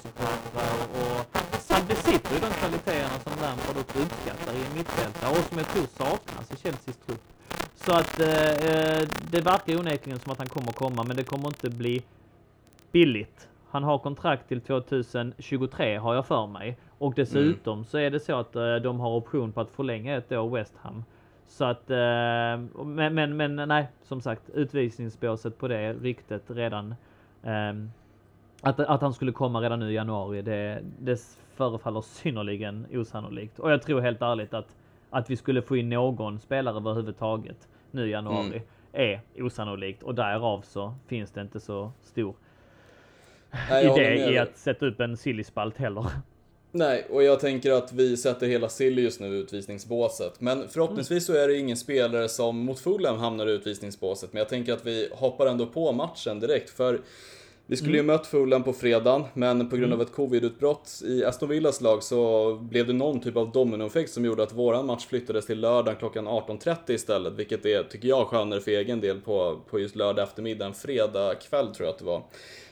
Och det sitter ju de kvaliteterna som Lampard också uppskattar i en mittfältare och som jag tror saknas i Chelseas trupp. Så att det verkar onekligen som att han kommer komma, men det kommer inte bli billigt. Han har kontrakt till 2023 har jag för mig. Och dessutom så är det så att de har option på att förlänga ett år West Ham. Så att, men nej, som sagt, utvisningsbåset på det ryktet redan, att han skulle komma redan nu i januari, det förefaller synnerligen osannolikt. Och jag tror helt ärligt att vi skulle få in någon spelare överhuvudtaget nu i januari är osannolikt. Och därav så finns det inte så stor idé i att sätta upp en silly-spalt heller. Nej, och jag tänker att vi sätter hela Silly just nu i utvisningsbåset. Men förhoppningsvis så är det ingen spelare som mot Fulham hamnar i utvisningsbåset. Men jag tänker att vi hoppar ändå på matchen direkt. För vi skulle ju mött Fulham på fredagen, men på grund av ett covid-utbrott i Aston Villas lag så blev det någon typ av dominoeffekt som gjorde att våran match flyttades till lördagen klockan 18:30 istället. Vilket är, tycker jag, skönare för egen del på just lördag eftermiddag, en fredag kväll tror jag att det var.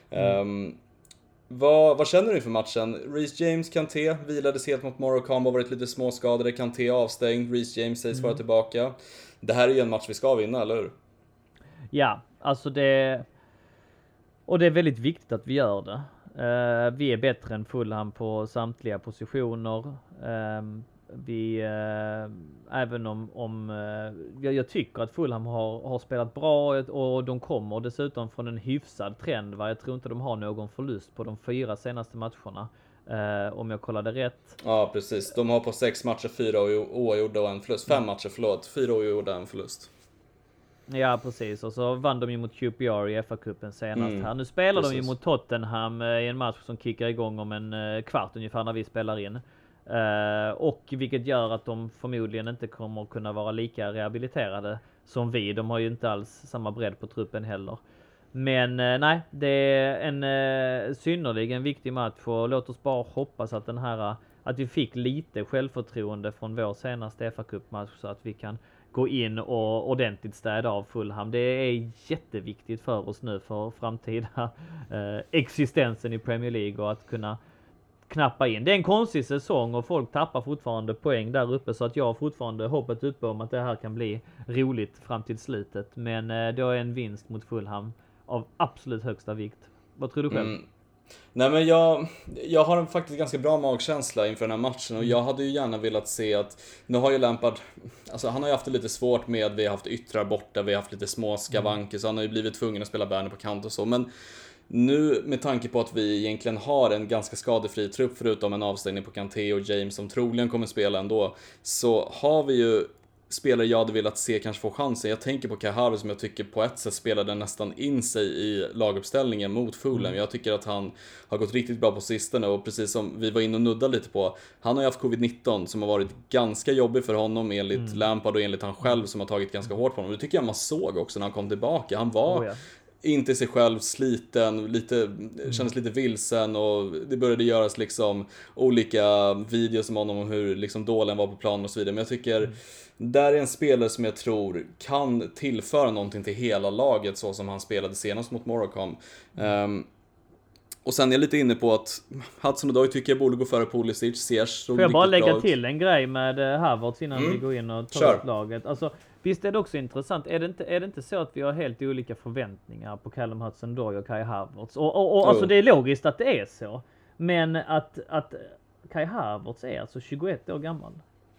Vad känner du för matchen? Reece James, Kanté vilades helt mot Morocco, har varit lite småskadade, Kanté avstängd, Reece James sägs vara tillbaka. Det här är ju en match vi ska vinna, eller hur? Ja, alltså det är väldigt viktigt att vi gör det. Vi är bättre än Fulham på samtliga positioner. Även om jag tycker att Fulham har spelat bra och de kommer dessutom från en hyfsad trend. Jag tror inte de har någon förlust på de 4 senaste matcherna. Om jag kollade rätt. Ja, precis. De har på 6 matcher 4 oavgjorda och en förlust. 5 matcher, 4 oavgjorda och en förlust. Ja, precis. Och så vann de ju mot QPR i FA-cupen senast här. Nu spelar de ju mot Tottenham i en match som kickar igång om en kvart ungefär när vi spelar in. Och vilket gör att de förmodligen inte kommer kunna vara lika rehabiliterade som vi. De har ju inte alls samma bredd på truppen heller. Men nej, det är en synnerligen viktig match och låt oss bara hoppas att att vi fick lite självförtroende från vår senaste FA-cupmatch så att vi kan gå in och ordentligt städa av Fulham. Det är jätteviktigt för oss nu för framtida existensen i Premier League och att kunna knappa in. Det är en konstig säsong och folk tappar fortfarande poäng där uppe så att jag har fortfarande hoppet uppe om att det här kan bli roligt fram till slutet. Men då är en vinst mot Fulham av absolut högsta vikt. Vad tror du själv? Nej men jag har en faktiskt ganska bra magkänsla inför den här matchen och jag hade ju gärna velat se att nu har ju Lampard, alltså han har ju haft det lite svårt med, vi har haft yttrar borta, vi har haft lite små skavanker så han har ju blivit tvungen att spela Werner på kant och så, men nu med tanke på att vi egentligen har en ganska skadefri trupp förutom en avstängning på Kanté och James som troligen kommer spela ändå, så har vi ju spelare jag hade velat se kanske få chansen. Jag tänker på Kai Havertz som jag tycker på ett sätt spelade nästan in sig i laguppställningen mot Fulham. Jag tycker att han har gått riktigt bra på sistone och precis som vi var inne och nuddade lite på, han har ju haft covid-19 som har varit ganska jobbig för honom enligt Lampard och enligt han själv som har tagit ganska hårt på honom. Det tycker jag man såg också när han kom tillbaka. Han var inte sig själv, sliten, kändes lite vilsen och det började göras liksom olika videos om honom om hur liksom dålig han var på planen och så vidare. Men jag tycker där är en spelare som jag tror kan tillföra någonting till hela laget så som han spelade senast mot Morecambe. Och sen är jag lite inne på att Hudson-Odoi tycker jag borde gå före Pulisic. Får jag bara lägga till en grej med Havertz innan vi går in och tar upp laget? Alltså, visst är det också intressant. Är det inte så att vi har helt olika förväntningar på Callum Hudson-Odoi och Kai Havertz? Och alltså det är logiskt att det är så. Men att Kai Havertz är alltså 21 år gammal.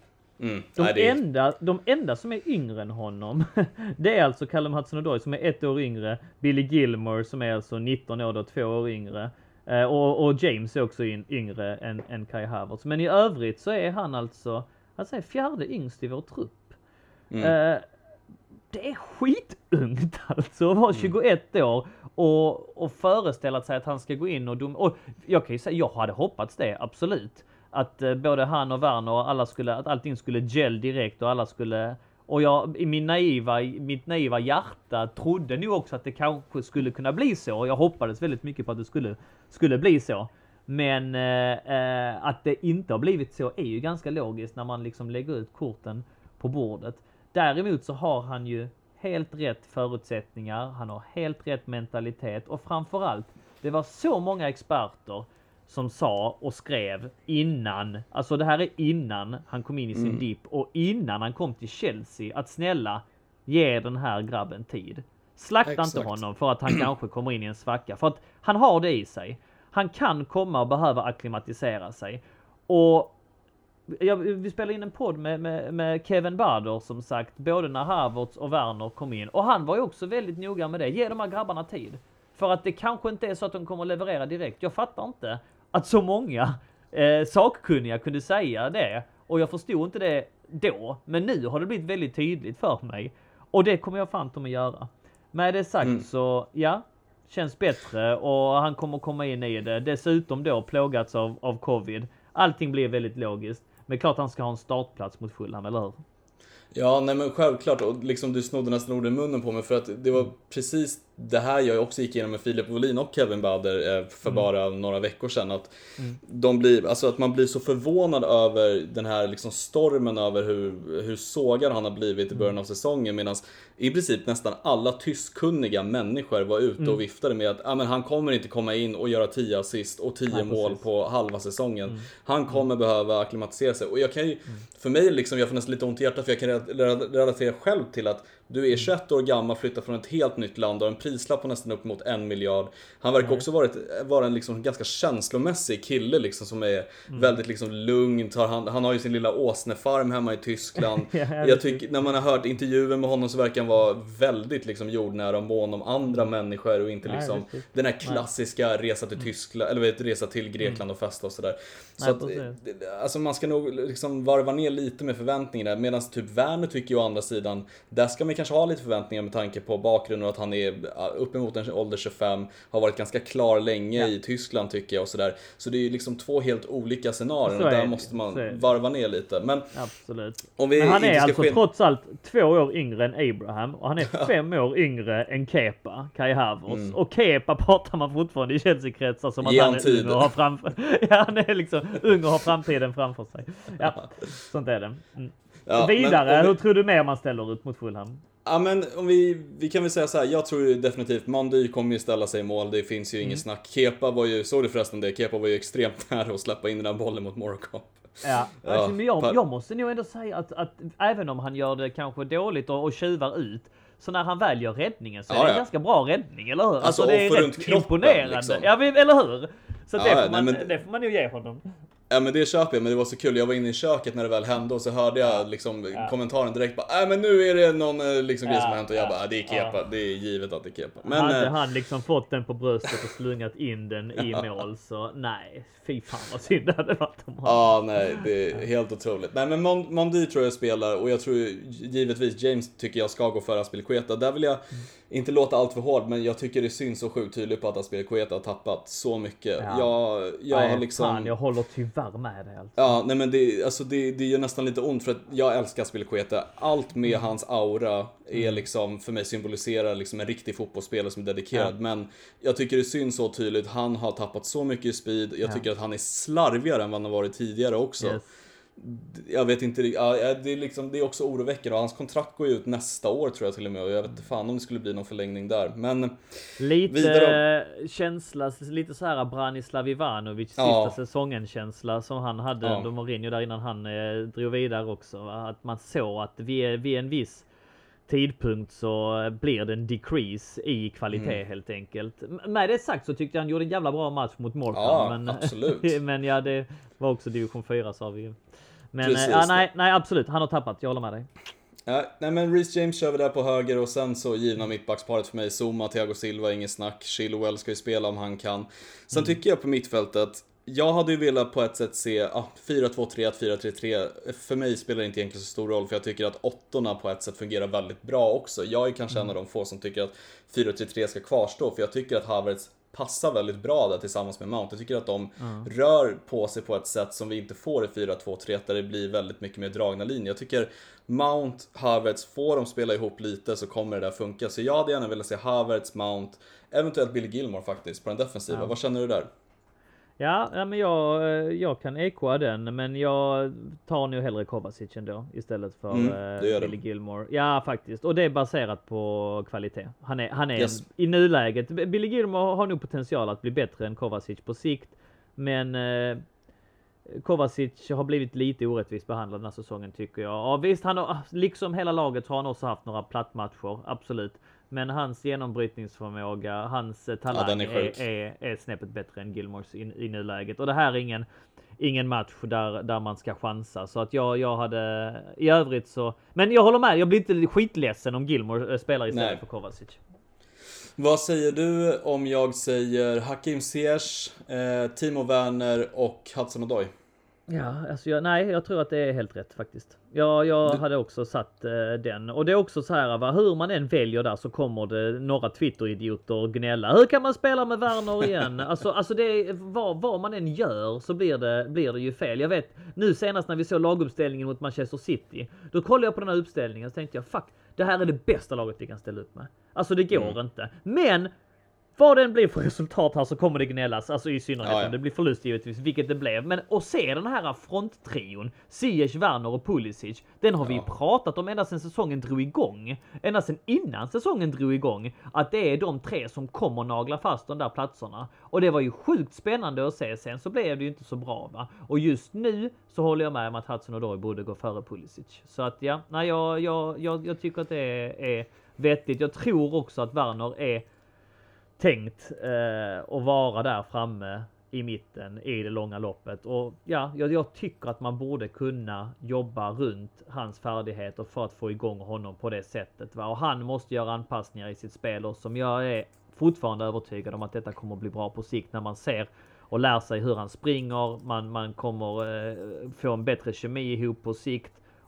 De enda som är yngre än honom det är alltså Callum Hudson-Odoi som är 1 år yngre, Billy Gilmore som är alltså 19 år och 2 år yngre och James är också yngre än Kai Havertz. Men i övrigt så är han alltså fjärde yngst i vår trupp. Det är skitungt alltså att vara 21 år och föreställa sig att han ska gå in och jag kan ju säga, jag hade hoppats det, absolut. Att både han och Werner och att allting skulle gel direkt och alla skulle, och jag i mitt naiva hjärta trodde nu också att det kanske skulle kunna bli så och jag hoppades väldigt mycket på att det skulle bli så. Men att det inte har blivit så är ju ganska logiskt när man liksom lägger ut korten på bordet. Däremot så har han ju helt rätt förutsättningar, han har helt rätt mentalitet och framförallt, det var så många experter som sa och skrev innan, alltså det här är innan han kom in i sin dipp och innan han kom till Chelsea, att snälla, ge den här grabben tid. Slakta inte honom för att han kanske kommer in i en svacka, för att han har det i sig. Han kan komma och behöva akklimatisera sig. Och vi spelade in en podd med Kevin Bader som sagt, både när Havertz och Werner kom in. Och han var ju också väldigt noga med det. Ge de här grabbarna tid. För att det kanske inte är så att de kommer att leverera direkt. Jag fattar inte att så många sakkunniga kunde säga det. Och jag förstod inte det då. Men nu har det blivit väldigt tydligt för mig. Och det kommer jag fan att göra. Med det sagt så, ja, känns bättre. Och han kommer komma in i det. Dessutom då plågats av covid. Allting blir väldigt logiskt. Men klart han ska ha en startplats mot Fulham, eller hur? Ja, nej men självklart. Och liksom du snodde nästan orden i munnen på mig. För att det var precis det här jag också gick igenom med Filip Wåhlin och Kevin Bader för bara några veckor sedan. Att att man blir så förvånad över den här liksom stormen över hur sågad han har blivit i början av säsongen. Medan i princip nästan alla tyskkunniga människor var ute och viftade med att men han kommer inte komma in och göra 10 assist och 10 mål på halva säsongen. Han kommer behöva akklimatisera sig. Och jag kan ju, för mig liksom, jag får nästan lite ont i hjärtat för jag kan relatera själv till att du är 21 år gammal, flyttar från ett helt nytt land och har en prislapp på nästan upp mot 1 miljard. Han verkar också vara en liksom ganska känslomässig kille liksom, som är väldigt liksom lugn. Han har ju sin lilla åsnefarm hemma i Tyskland. Jag tycker, när man har hört intervjuer med honom så verkar han vara väldigt liksom jordnära och mån om andra människor och inte liksom den här klassiska resa till Tyskland eller resa till Grekland och festa och sådär. Så att, alltså man ska nog liksom varva ner lite med förväntningarna, medan typ Werner tycker ju å andra sidan, där ska man kanske ha lite förväntningar med tanke på bakgrunden och att han är uppemot en ålder 25, har varit ganska klar länge i Tyskland tycker jag och sådär. Så det är ju liksom två helt olika scenarier och där måste man varva ner lite. Men absolut. Om vi men han är alltså trots allt 2 år yngre än Abraham och han är 5 år yngre än Kepa, Kai Havertz. Och Kepa pratar man fortfarande i Chelsea-kretsar som att han är ung och har han är liksom ung och har framtiden framför sig. Ja, sånt är det. Ja, vidare, hur tror du mer man ställer ut mot Fulham? Ja, men om vi kan väl säga så här, jag tror ju definitivt Mandy kommer ju ställa sig i mål, det finns ju ingen snack. Kepa var ju, såg du förresten det? Kepa var ju extremt nära att släppa in den där bollen mot Morocco. Ja, alltså, men jag måste nog ändå säga att även om han gör det kanske dåligt och tjävar ut, så när han väl gör räddningen så är det en ganska bra räddning, eller hur? Alltså det är rätt imponerande. Liksom. Ja, eller hur? Så det får man ju ge honom. Ja, men det köper jag, men det var så kul. Jag var inne i köket när det väl hände och så hörde jag liksom kommentaren direkt bara, men nu är det någon liksom grej som har hänt och jag bara, det är Kepa, det är givet att det är Kepa. Men hade han liksom fått den på bröstet och slungat in den i mål, så nej, fy fan vad synd det hade varit om honom. Nej, det är helt otroligt. Nej, men Mondi tror jag spelar och jag tror givetvis James tycker jag ska gå för Azpilicueta. Där vill jag inte låta allt för hård, men jag tycker det syns så sjukt tydligt på att Azpilicueta har tappat så mycket. Jag har liksom... Fan, jag håller tyvärr med dig alltså. Ja, nej men det är nästan lite ont för att jag älskar Azpilicueta. Allt med hans aura är liksom, för mig symboliserar liksom en riktig fotbollsspelare som är dedikerad. Men jag tycker det syns så tydligt. Han har tappat så mycket i speed. Jag tycker att han är slarvigare än vad han har varit tidigare också. Yes. Jag vet inte, det är också oroväckande och hans kontrakt går ju ut nästa år tror jag till och med och jag vet inte fan om det skulle bli någon förlängning där, men lite känsla, lite så här Branislav Ivanovic sista säsongen känsla som han hade under Mourinho där innan han drog vidare också, att man såg att vid en viss tidpunkt så blir det en decrease i kvalitet helt enkelt. Med det sagt så tyckte jag han gjorde en jävla bra match mot Morecambe, men absolut. men ja, det var också division 4 sa vi ju. Men nej absolut, han har tappat, jag håller med dig. Nej men Reece James kör vi där på höger och sen så givna mittbacksparet för mig, Zuma, Thiago Silva, ingen snack. Chilwell ska ju spela om han kan. Sen tycker jag på mittfältet, jag hade ju velat på ett sätt se 4-2-3-1, 4-3-3. För mig spelar det inte egentligen så stor roll, för jag tycker att åttorna på ett sätt fungerar väldigt bra också. Jag är kanske en av de få som tycker att 4-3-3 ska kvarstå, för jag tycker att Havertz passar väldigt bra där tillsammans med Mount. Jag tycker att de rör på sig på ett sätt som vi inte får i 4-2-3, där det blir väldigt mycket mer dragna linjer. Jag tycker Mount, Havertz, får de spela ihop lite så kommer det där funka. Så jag hade gärna velat se Havertz, Mount, eventuellt Billy Gilmore faktiskt på den defensiva. Vad känner du där? Ja, men jag kan ekoa den, men jag tar nog hellre Kovacic ändå istället för Billy Gilmore. Ja, faktiskt. Och det är baserat på kvalitet. Han är i nuläget. Billy Gilmore har nog potential att bli bättre än Kovacic på sikt, men Kovacic har blivit lite orättvist behandlad den här säsongen tycker jag. Ja, visst, han har, liksom hela laget har han också haft några plattmatcher, absolut. Men hans genombrytningsförmåga, hans talang är snäppet bättre än Gilmores i nuläget. Och det här är ingen match där man ska chansa. Så att jag hade i övrigt så... Men jag håller med, jag blir inte skitledsen om Gilmore spelar istället för Kovacic. Vad säger du om jag säger Hakim Ziyech, Timo Werner och Hudson-Odoi? Ja, alltså jag tror att det är helt rätt faktiskt. Jag hade också satt den. Och det är också så här, hur man än väljer där så kommer det några Twitter-idioter gnälla. Hur kan man spela med Werner igen? alltså det vad man än gör så blir det ju fel. Jag vet, nu senast när vi såg laguppställningen mot Manchester City, då kollade jag på den här uppställningen och tänkte jag, fuck, det här är det bästa laget vi kan ställa upp med. Alltså det går inte. Men vad den blir för resultat här så kommer det gnällas, alltså i synnerhet om det blir förlust givetvis, vilket det blev. Men att se den här fronttrion, Ziyech, Werner och Pulisic, den har vi pratat om ända sedan säsongen drog igång. Ända sedan innan säsongen drog igång, att det är de tre som kommer nagla fast de där platserna. Och det var ju sjukt spännande att se, sen så blev det ju inte så bra va. Och just nu så håller jag med om att Hudson-Odoi borde gå före Pulisic. Så att jag tycker att det är vettigt. Jag tror också att Werner är tänkt att vara där framme i mitten i det långa loppet. Och jag tycker att man borde kunna jobba runt hans färdigheter för att få igång honom på det sättet. Va? Och han måste göra anpassningar i sitt spel, och som jag är fortfarande övertygad om att detta kommer att bli bra på sikt när man ser och lär sig hur han springer. Man kommer få en bättre kemi ihop på sikt.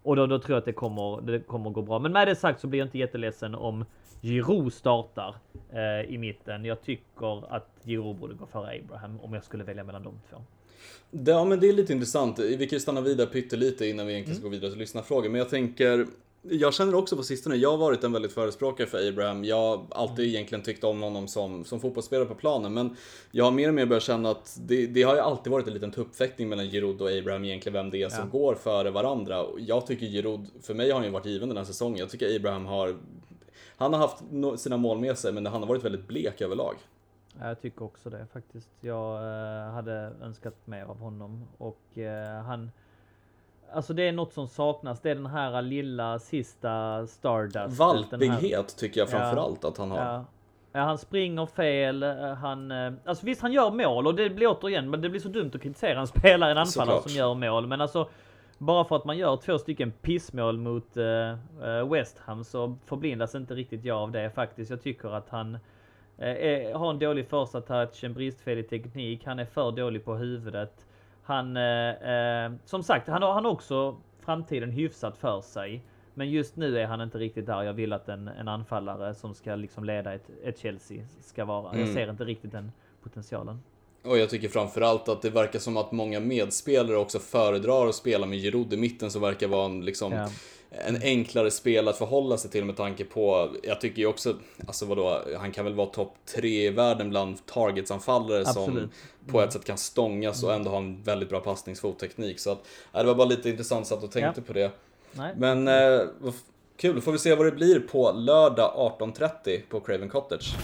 Och då tror jag att det kommer gå bra. Men med det sagt så blir jag inte jätteledsen om Giroud startar i mitten. Jag tycker att Giroud borde gå före Abraham om jag skulle välja mellan de två. Ja, men det är lite intressant. Vi kan ju stanna vidare pyttelite innan vi egentligen ska gå vidare till lyssnarfrågor. Men jag tänker, jag känner också på sistone, jag har varit en väldigt förespråkare för Abraham. Jag har alltid egentligen tyckt om honom som fotbollsspelare på planen. Men jag har mer och mer börjat känna att det har ju alltid varit en liten tuppfäktning mellan Giroud och Abraham egentligen, vem det är som går före varandra. Och jag tycker Giroud, för mig har han ju varit given den här säsongen. Jag tycker Abraham han har haft sina mål med sig, men han har varit väldigt blek överlag. Jag tycker också det faktiskt. Jag hade önskat mer av honom. Och alltså det är något som saknas. Det är den här lilla sista Stardust. Valpighet tycker jag framförallt att han har. Ja, han springer fel. Alltså visst, han gör mål. Och det blir återigen, men det blir så dumt att kritisera en spelare, en anfallare som gör mål. Men alltså, bara för att man gör 2 stycken pissmål mot West Ham så förblindas inte riktigt jag av det faktiskt. Jag tycker att han har en dålig första touch, en bristfällig teknik. Han är för dålig på huvudet. Han, som sagt, han har också framtiden hyfsat för sig. Men just nu är han inte riktigt där jag vill att en anfallare som ska liksom leda ett Chelsea ska vara. Jag ser inte riktigt den potentialen. Och jag tycker framförallt att det verkar som att många medspelare också föredrar att spela med Giroud i mitten, som verkar vara en enklare spel att förhålla sig till med tanke på, jag tycker ju också, alltså vadå, han kan väl vara topp 3 i världen bland targetsanfallare som på ett sätt kan stångas och ändå ha en väldigt bra passningsfotteknik. Så att, det var bara lite intressant så att jag tänkte på det. Nej. Men kul, då får vi se vad det blir på lördag 18:30 på Craven Cottage.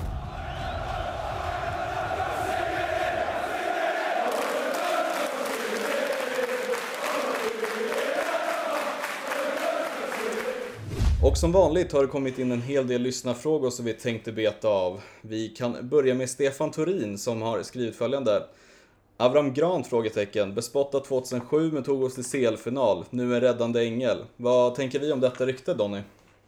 Och som vanligt har det kommit in en hel del lyssnarfrågor som vi tänkte beta av. Vi kan börja med Stefan Torin som har skrivit följande. Avram Grant? Frågetecken. Bespottad 2007 men tog oss till CL-final. Nu en räddande ängel. Vad tänker vi om detta rykte, Donny?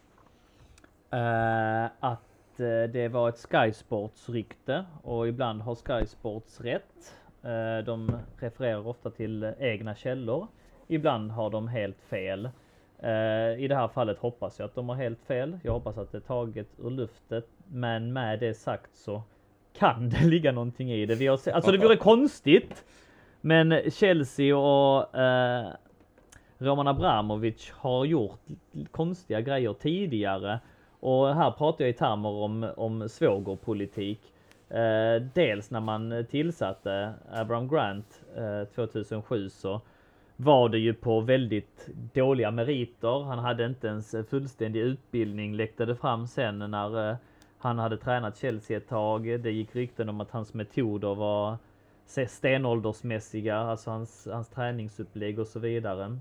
Att det var ett Sky Sports-rykte. Och ibland har Sky Sports rätt. De refererar ofta till egna källor. Ibland har de helt fel. I det här fallet hoppas jag att de har helt fel. Jag hoppas att det är taget ur luftet. Men med det sagt så kan det ligga någonting i det. Alltså det vore konstigt. Men Chelsea och Roman Abramovich har gjort konstiga grejer tidigare. Och här pratar jag i termer om svågerpolitik. Dels när man tillsatte Avram Grant 2007 så var det ju på väldigt dåliga meriter. Han hade inte ens fullständig utbildning, läckte det fram sen när han hade tränat Chelsea ett tag. Det gick rykten om att hans metoder var stenåldersmässiga, alltså hans träningsupplägg och så vidare.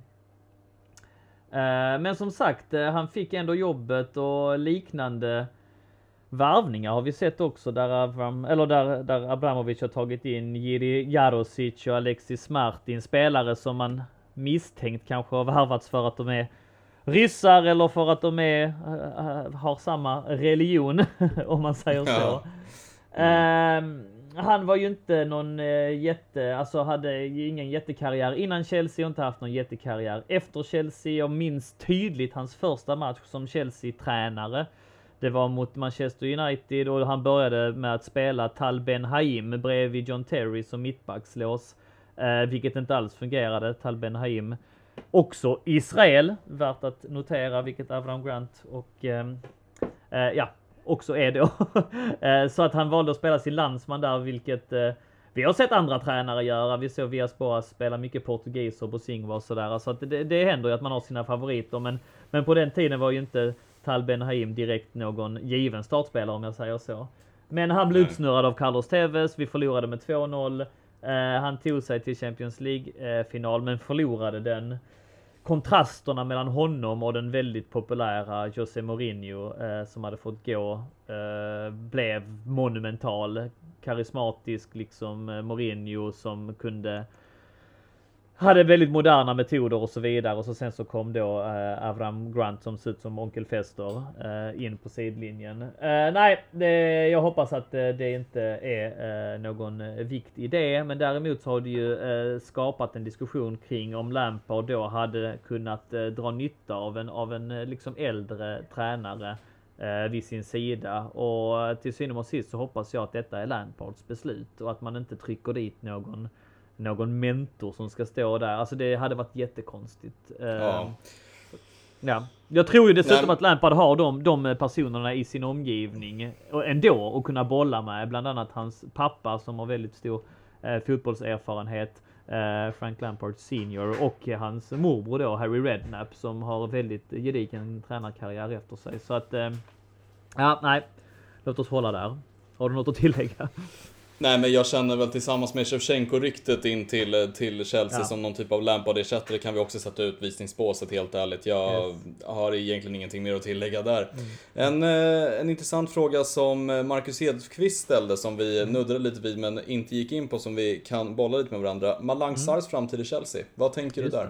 Men som sagt, han fick ändå jobbet och liknande varvningar har vi sett också där Abramovich har tagit in Jiri Jarosic och Alexis Martin, spelare som man misstänkt kanske har varvats för att de är ryssar eller för att de har samma religion om man säger så. Han var ju inte någon hade ingen jättekarriär innan Chelsea och inte haft någon jättekarriär efter Chelsea. Jag minns tydligt hans första match som Chelsea-tränare. Det var mot Manchester United och han började med att spela Tal Ben Haim bredvid John Terry som mittbackslås. Vilket inte alls fungerade. Tal Ben Haim också Israel, värt att notera, vilket Avram Grant och också är då. Så att han valde att spela sin landsman där, vilket vi har sett andra tränare göra. Vi såg Villas-Boas spela mycket portugis och Bosingva och sådär. Så att det händer ju att man har sina favoriter. Men på den tiden var ju inte Tal Ben Haim direkt någon given startspelare om jag säger så. Men han blev utsnurrad av Carlos Tevez. Vi förlorade med 2-0. Han tog sig till Champions League-final men förlorade den. Kontrasterna mellan honom och den väldigt populära José Mourinho som hade fått gå blev monumental. Karismatisk liksom Mourinho som kunde hade väldigt moderna metoder och så vidare. Och så sen så kom då Avram Grant som ser ut som onkel Fester in på sidlinjen. Nej, jag hoppas att det inte är någon vikt i det. Men däremot så har det ju skapat en diskussion kring om Lampard då hade kunnat dra nytta av en liksom äldre tränare vid sin sida. Och till syvende och sist så hoppas jag att detta är Lampards beslut och att man inte trycker dit någon mentor som ska stå där. Alltså det hade varit jättekonstigt. Ja. Jag tror ju dessutom att Lampard har de personerna i sin omgivning ändå och kunna bolla med. Bland annat hans pappa som har väldigt stor fotbollserfarenhet. Frank Lampard senior och hans morbror då Harry Redknapp som har väldigt gedigen tränarkarriär efter sig. Så att nej, låt oss hålla där. Har du något att tillägga? Nej, men jag känner väl tillsammans med Shevchenko-ryktet in till Chelsea som någon typ av Lampard-ersättare kan vi också sätta ut visningsbåset, helt ärligt. Jag har egentligen ingenting mer att tillägga där. En intressant fråga som Marcus Hedqvist ställde, som vi nuddade lite vid men inte gick in på, som vi kan bolla lite med varandra. Malang Sarrs framtid i Chelsea. Vad tänker du där?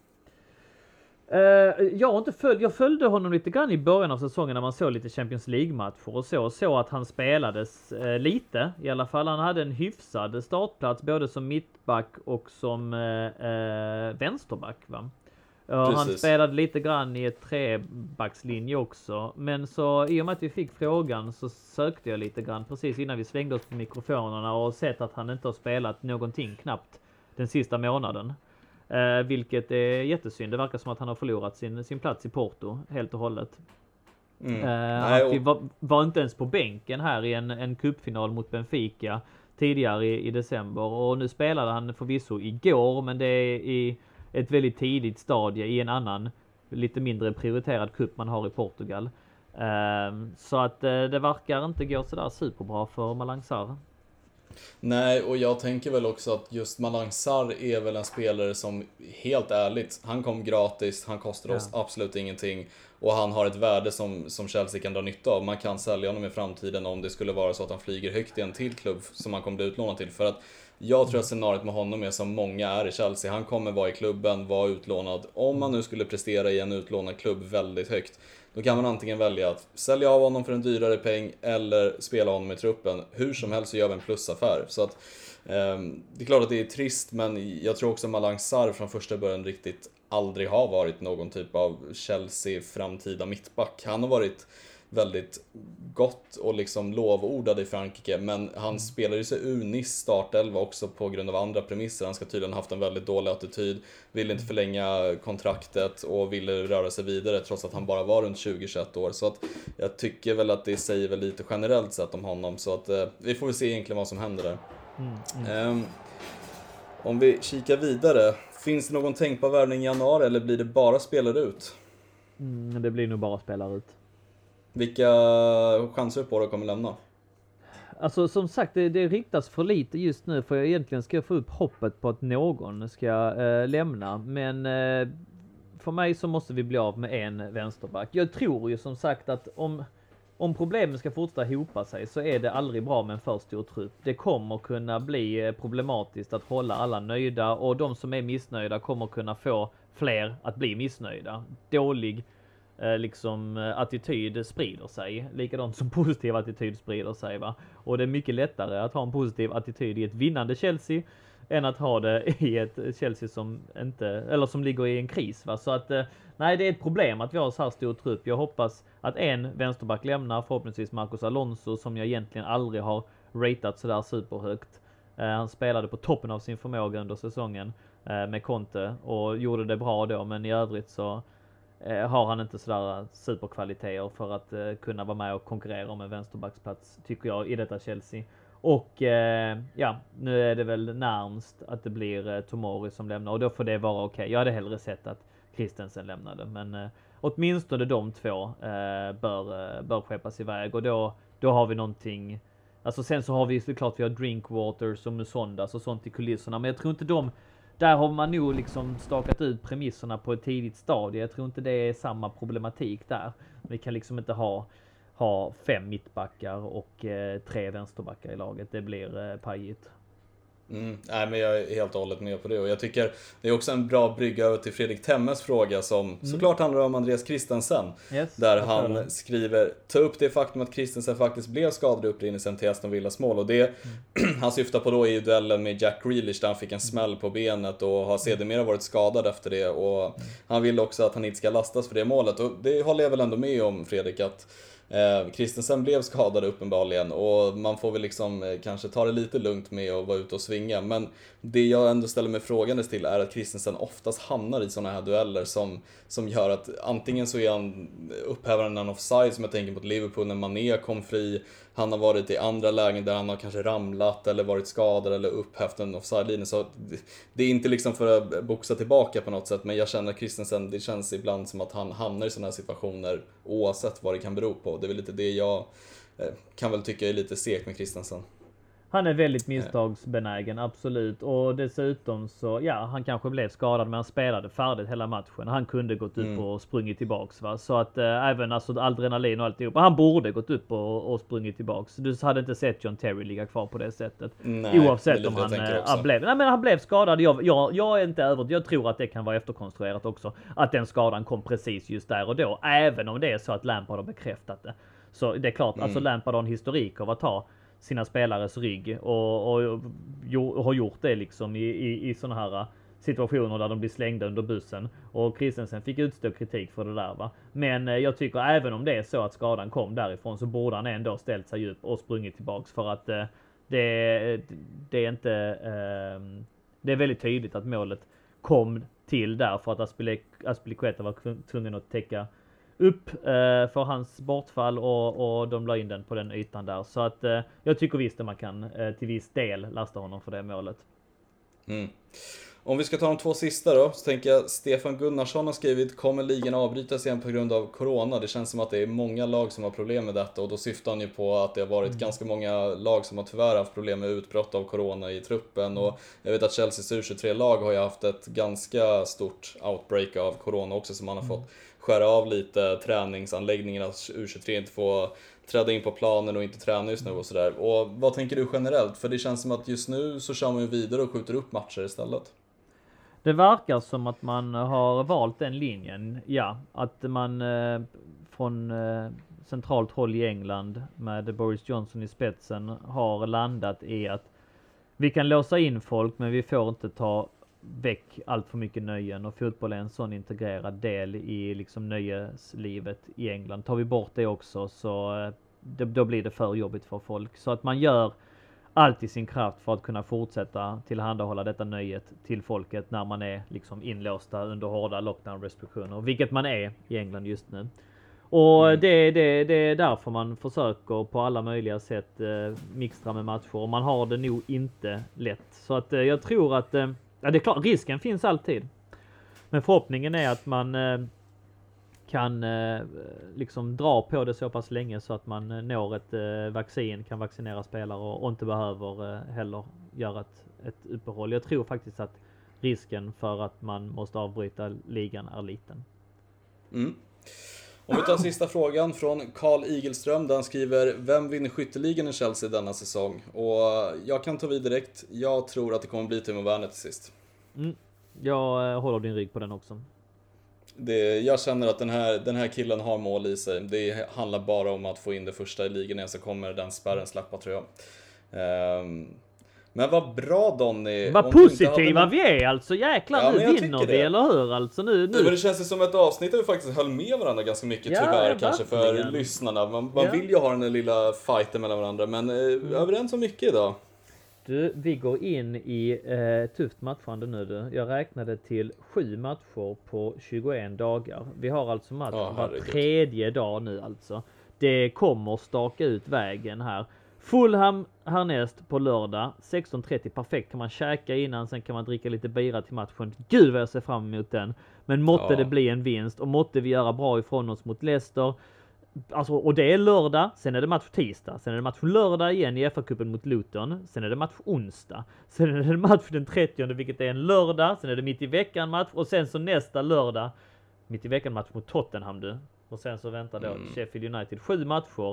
Jag följde honom lite grann i början av säsongen när man såg lite Champions League-matcher och så att han spelades lite. I alla fall han hade en hyfsad startplats både som mittback och som vänsterback, va? Han spelade lite grann i ett trebackslinje också. Men så i och med att vi fick frågan så sökte jag lite grann precis innan vi svängde oss på mikrofonerna och sett att han inte har spelat någonting knappt den sista månaden. Vilket är jättesynd. Det verkar som att han har förlorat sin plats i Porto helt och hållet. Vi var inte ens på bänken här i en cupfinal mot Benfica tidigare i december. Och nu spelade han förvisso igår, men det är i ett väldigt tidigt stadie i en annan lite mindre prioriterad cup man har i Portugal. Så att det verkar inte gå sådär superbra för Malang Sarr. Nej, och jag tänker väl också att just Malang Sarr är väl en spelare som, helt ärligt, han kom gratis, han kostar oss absolut ingenting och han har ett värde som Chelsea kan dra nytta av. Man kan sälja honom i framtiden om det skulle vara så att han flyger högt i en till klubb som han kommer bli utlånad till. För att jag tror att scenariot med honom är som många är i Chelsea. Han kommer vara i klubben, vara utlånad. Om man nu skulle prestera i en utlånad klubb väldigt högt, då kan man antingen välja att sälja av honom för en dyrare peng eller spela honom i truppen. Hur som helst så gör vi en plusaffär. Så att det är klart att det är trist, men jag tror också att Malang Sarr från första början riktigt aldrig har varit någon typ av Chelsea-framtida mittback. Han har varit väldigt gott och liksom lovordad i Frankrike, men han spelar ju sig ur Nice startelva också på grund av andra premisser. Han ska tydligen ha haft en väldigt dålig attityd, ville inte förlänga kontraktet och ville röra sig vidare trots att han bara var runt 20-21 år. Så att jag tycker väl att det säger väl lite generellt sett om honom, så att vi får väl se egentligen vad som händer där. Om vi kikar vidare, finns det någon tänkbar värvning i januari eller blir det bara spelare ut? Det blir nog bara spelare ut. Vilka chanser på det kommer lämna? Alltså som sagt, det riktas för lite just nu, för jag egentligen ska få upp hoppet på att någon ska lämna. Men för mig så måste vi bli av med en vänsterback. Jag tror ju som sagt att om problemen ska fortsätta hopa sig så är det aldrig bra med en för stor trupp. Det kommer kunna bli problematiskt att hålla alla nöjda, och de som är missnöjda kommer kunna få fler att bli missnöjda. Dålig attityd sprider sig, likadant som positiv attityd sprider sig, va? Och det är mycket lättare att ha en positiv attityd i ett vinnande Chelsea än att ha det i ett Chelsea som ligger i en kris, va? Så att nej, det är ett problem att vi har så här stor trupp. Jag hoppas att en vänsterback lämnar, förhoppningsvis Marcos Alonso, som jag egentligen aldrig har ratat så där superhögt. Han spelade på toppen av sin förmåga under säsongen med Conte och gjorde det bra då, men i övrigt så har han inte sådär superkvaliteter för att kunna vara med och konkurrera om en vänsterbacksplats, tycker jag, i detta Chelsea. Och nu är det väl närmast att det blir Tomori som lämnar, och då får det vara okej. Jag hade hellre sett att Christensen lämnade, men åtminstone de två bör skeppas iväg, och då har vi någonting. Alltså sen så har vi såklart, vi har Drinkwater som Musondas och sånt i kulisserna, men jag tror inte där har man nog liksom stakat ut premisserna på ett tidigt stadie. Jag tror inte det är samma problematik där. Vi kan liksom inte ha 5 mittbackar och 3 vänsterbackar i laget. Det blir pajigt. Nej, men jag är helt och hållet med på det, och jag tycker det är också en bra brygga över till Fredrik Temmes fråga som såklart handlar om Andreas Christensen. Där han skriver: ta upp det faktum att Christensen faktiskt blev skadad i upprinnelsen till Aston Villas mål, och det han syftar på då i duellen med Jack Grealish där han fick en smäll på benet och har sedermera varit skadad efter det, och han vill också att han inte ska lastas för det målet, och det håller jag väl ändå med om, Fredrik, att Christensen blev skadad uppenbarligen, och man får väl liksom kanske ta det lite lugnt med att vara ute och svinga. Men det jag ändå ställer mig frågandes till är att Christensen oftast hamnar i såna här dueller som gör att antingen så är han upphävaren en offside, som jag tänker på Liverpool när Mané kom fri. Han har varit i andra lägen där han har kanske ramlat eller varit skadad eller upphävt en offside-linje. Så det är inte liksom för att boxa tillbaka på något sätt, men jag känner Christensen, det känns ibland som att han hamnar i såna här situationer oavsett vad det kan bero på. Det är väl lite det jag kan väl tycka är lite sek med Christensen. Han är väldigt misstagsbenägen, absolut. Och dessutom så, ja, han kanske blev skadad, men han spelade färdigt hela matchen. Han kunde gått upp och sprungit tillbaks, va. Så att även alltså adrenalin och alltihop. Han borde gått upp och sprungit tillbaks. Du hade inte sett John Terry ligga kvar på det sättet. Nej, oavsett om han blev skadad. Jag är inte över. Jag tror att det kan vara efterkonstruerat också. Att den skadan kom precis just där och då. Även om det är så att Lampard har bekräftat det. Så det är klart, alltså Lampard har en historik av att ta sina spelares rygg och har gjort det liksom i såna här situationer där de blir slängda under bussen, och Christensen fick utstå kritik för det där, va. Men jag tycker även om det är så att skadan kom därifrån, så borde han ändå ställt sig upp och sprungit tillbaks, för att det är inte det är väldigt tydligt att målet kom till där för att Azpilicueta var tvungen att täcka upp för hans bortfall, och de la in den på den ytan där. Så att jag tycker visst att man kan till viss del lasta honom för det målet. Om vi ska ta de två sista då, så tänker jag Stefan Gunnarsson har skrivit: kommer ligan avbrytas igen på grund av corona? Det känns som att det är många lag som har problem med detta, och då syftar han ju på att det har varit ganska många lag som har tyvärr haft problem med utbrott av corona i truppen, och jag vet att Chelseas U23-lag har ju haft ett ganska stort outbreak av corona också, som man har fått skära av lite träningsanläggningarna, att U23 inte får träda in på planen och inte träna just nu och sådär. Och vad tänker du generellt? För det känns som att just nu så kör man ju vidare och skjuter upp matcher istället. Det verkar som att man har valt den linjen, ja. Att man från centralt håll i England med Boris Johnson i spetsen har landat i att vi kan låsa in folk, men vi får inte ta väck allt för mycket nöjen, och fotboll är en sån integrerad del i liksom nöjeslivet i England. Tar vi bort det också, så då blir det för jobbigt för folk. Så att man gör allt i sin kraft för att kunna fortsätta tillhandahålla detta nöjet till folket när man är liksom inlåsta under hårda lockdown-restriktioner, vilket man är i England just nu. Och det är därför man försöker på alla möjliga sätt mixtra med matcher, och man har det nog inte lätt. Så att jag tror att ja, det är klart, risken finns alltid. Men förhoppningen är att man kan liksom dra på det så pass länge så att man når ett vaccin, kan vaccinera spelare och inte behöver heller göra ett uppehåll. Jag tror faktiskt att risken för att man måste avbryta ligan är liten. Om vi tar sista frågan från Carl Igelström, där han skriver: vem vinner skytteligan i Chelsea denna säsong? Och jag kan ta vid direkt. Jag tror att det kommer bli Timo Werner till sist. Jag håller din rygg på den också. Jag känner att den här killen har mål i sig. Det handlar bara om att få in det första i ligan, så kommer den spärren släppa, tror jag. Men vad bra, Donny. Vad positiva vi är alltså. Jäklar, nu vinner vi, eller hur? Alltså nu. Men det känns som ett avsnitt där vi faktiskt höll med varandra ganska mycket, tyvärr, kanske för lyssnarna. Man vill ju ha den där lilla fighten mellan varandra, men överens om mycket idag. Du, vi går in i tufft matchande nu, du. Jag räknade till 7 matcher på 21 dagar. Vi har alltså match var tredje dag nu alltså. Det kommer staka ut vägen här. Fulham härnäst på lördag 16:30, perfekt, kan man käka innan, sen kan man dricka lite bira till matchen. Gud vad jag ser fram emot den. Men måtte det bli en vinst, och måtte vi göra bra ifrån oss mot Leicester. Alltså, och det är lördag, sen är det match tisdag, sen är det match lördag igen i FA-cupen mot Luton, sen är det match onsdag, sen är det match den 30, vilket är en lördag, sen är det mitt i veckan match, och sen så nästa lördag mitt i veckan match mot Tottenham, du. Och sen så väntar då Sheffield United. 7 matcher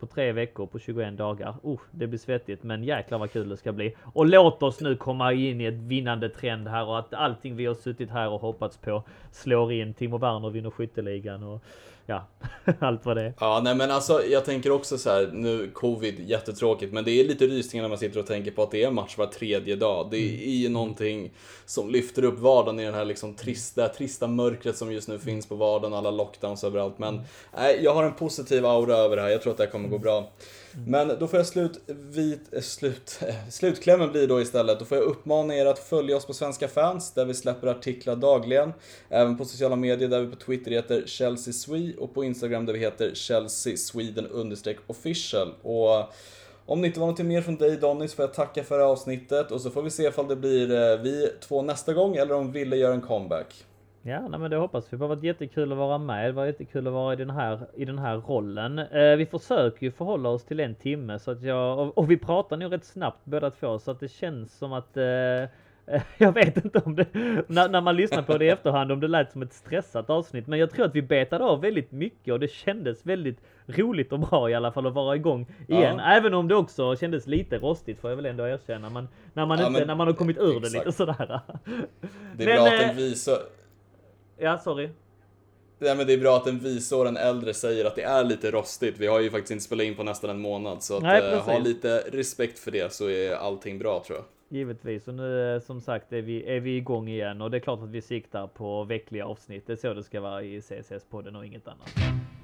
på 3 veckor på 21 dagar. Det blir svettigt, men jäklar vad kul det ska bli. Och låt oss nu komma in i ett vinnande trend här och att allting vi har suttit här och hoppats på slår in. Timo Werner vinner skytteligan och ja, allt vad det är. Ja, nej men alltså jag tänker också så här, nu covid, jättetråkigt, men det är lite rysningar när man sitter och tänker på att det är match var 3:e dag. Det är ju någonting som lyfter upp vardagen i den här liksom trista mörkret som just nu finns på vardagen, alla lockdowns överallt. Men jag har en positiv aura över det här, jag tror att det här kommer gå bra. Men då får jag slutklämmen blir då istället. Då får jag uppmana er att följa oss på Svenska Fans, där vi släpper artiklar dagligen. Även på sociala medier, där vi på Twitter heter Chelsea Swe, och på Instagram där vi heter Chelsea Sweden_official. Och om det inte var något mer från dig, Donny, så får jag tacka för avsnittet. Och så får vi se ifall det blir vi två nästa gång, eller om Ville gör en comeback. Ja, men det hoppas vi. Det har varit jättekul att vara med. Det var jättekul att vara i den här rollen. Vi försöker ju förhålla oss till 1 timme, så att och vi pratar nog rätt snabbt båda två, så att det känns som att jag vet inte om det när man lyssnar på det i efterhand om det lät som ett stressat avsnitt, men jag tror att vi betade av väldigt mycket och det kändes väldigt roligt och bra i alla fall att vara igång igen. Ja. Även om det också kändes lite rostigt, får jag väl ändå erkänna, när man har kommit ur det lite sådär. Det är bra att den visar. Ja, sorry. Ja, men det är bra att en visa och en äldre säger att det är lite rostigt. Vi har ju faktiskt inte spelat in på nästan en månad, så att ha lite respekt för det, så är allting bra, tror jag. Givetvis, och nu som sagt är vi igång igen, och det är klart att vi siktar på veckliga avsnitt. Det är så det ska vara i CSS-podden och inget annat.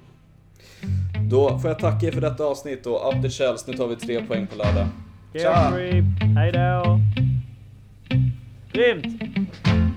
Då får jag tacka er för detta avsnitt, och up the Chelsea, nu tar vi 3 poäng på lördag. Ciao! Hej då! Grymt!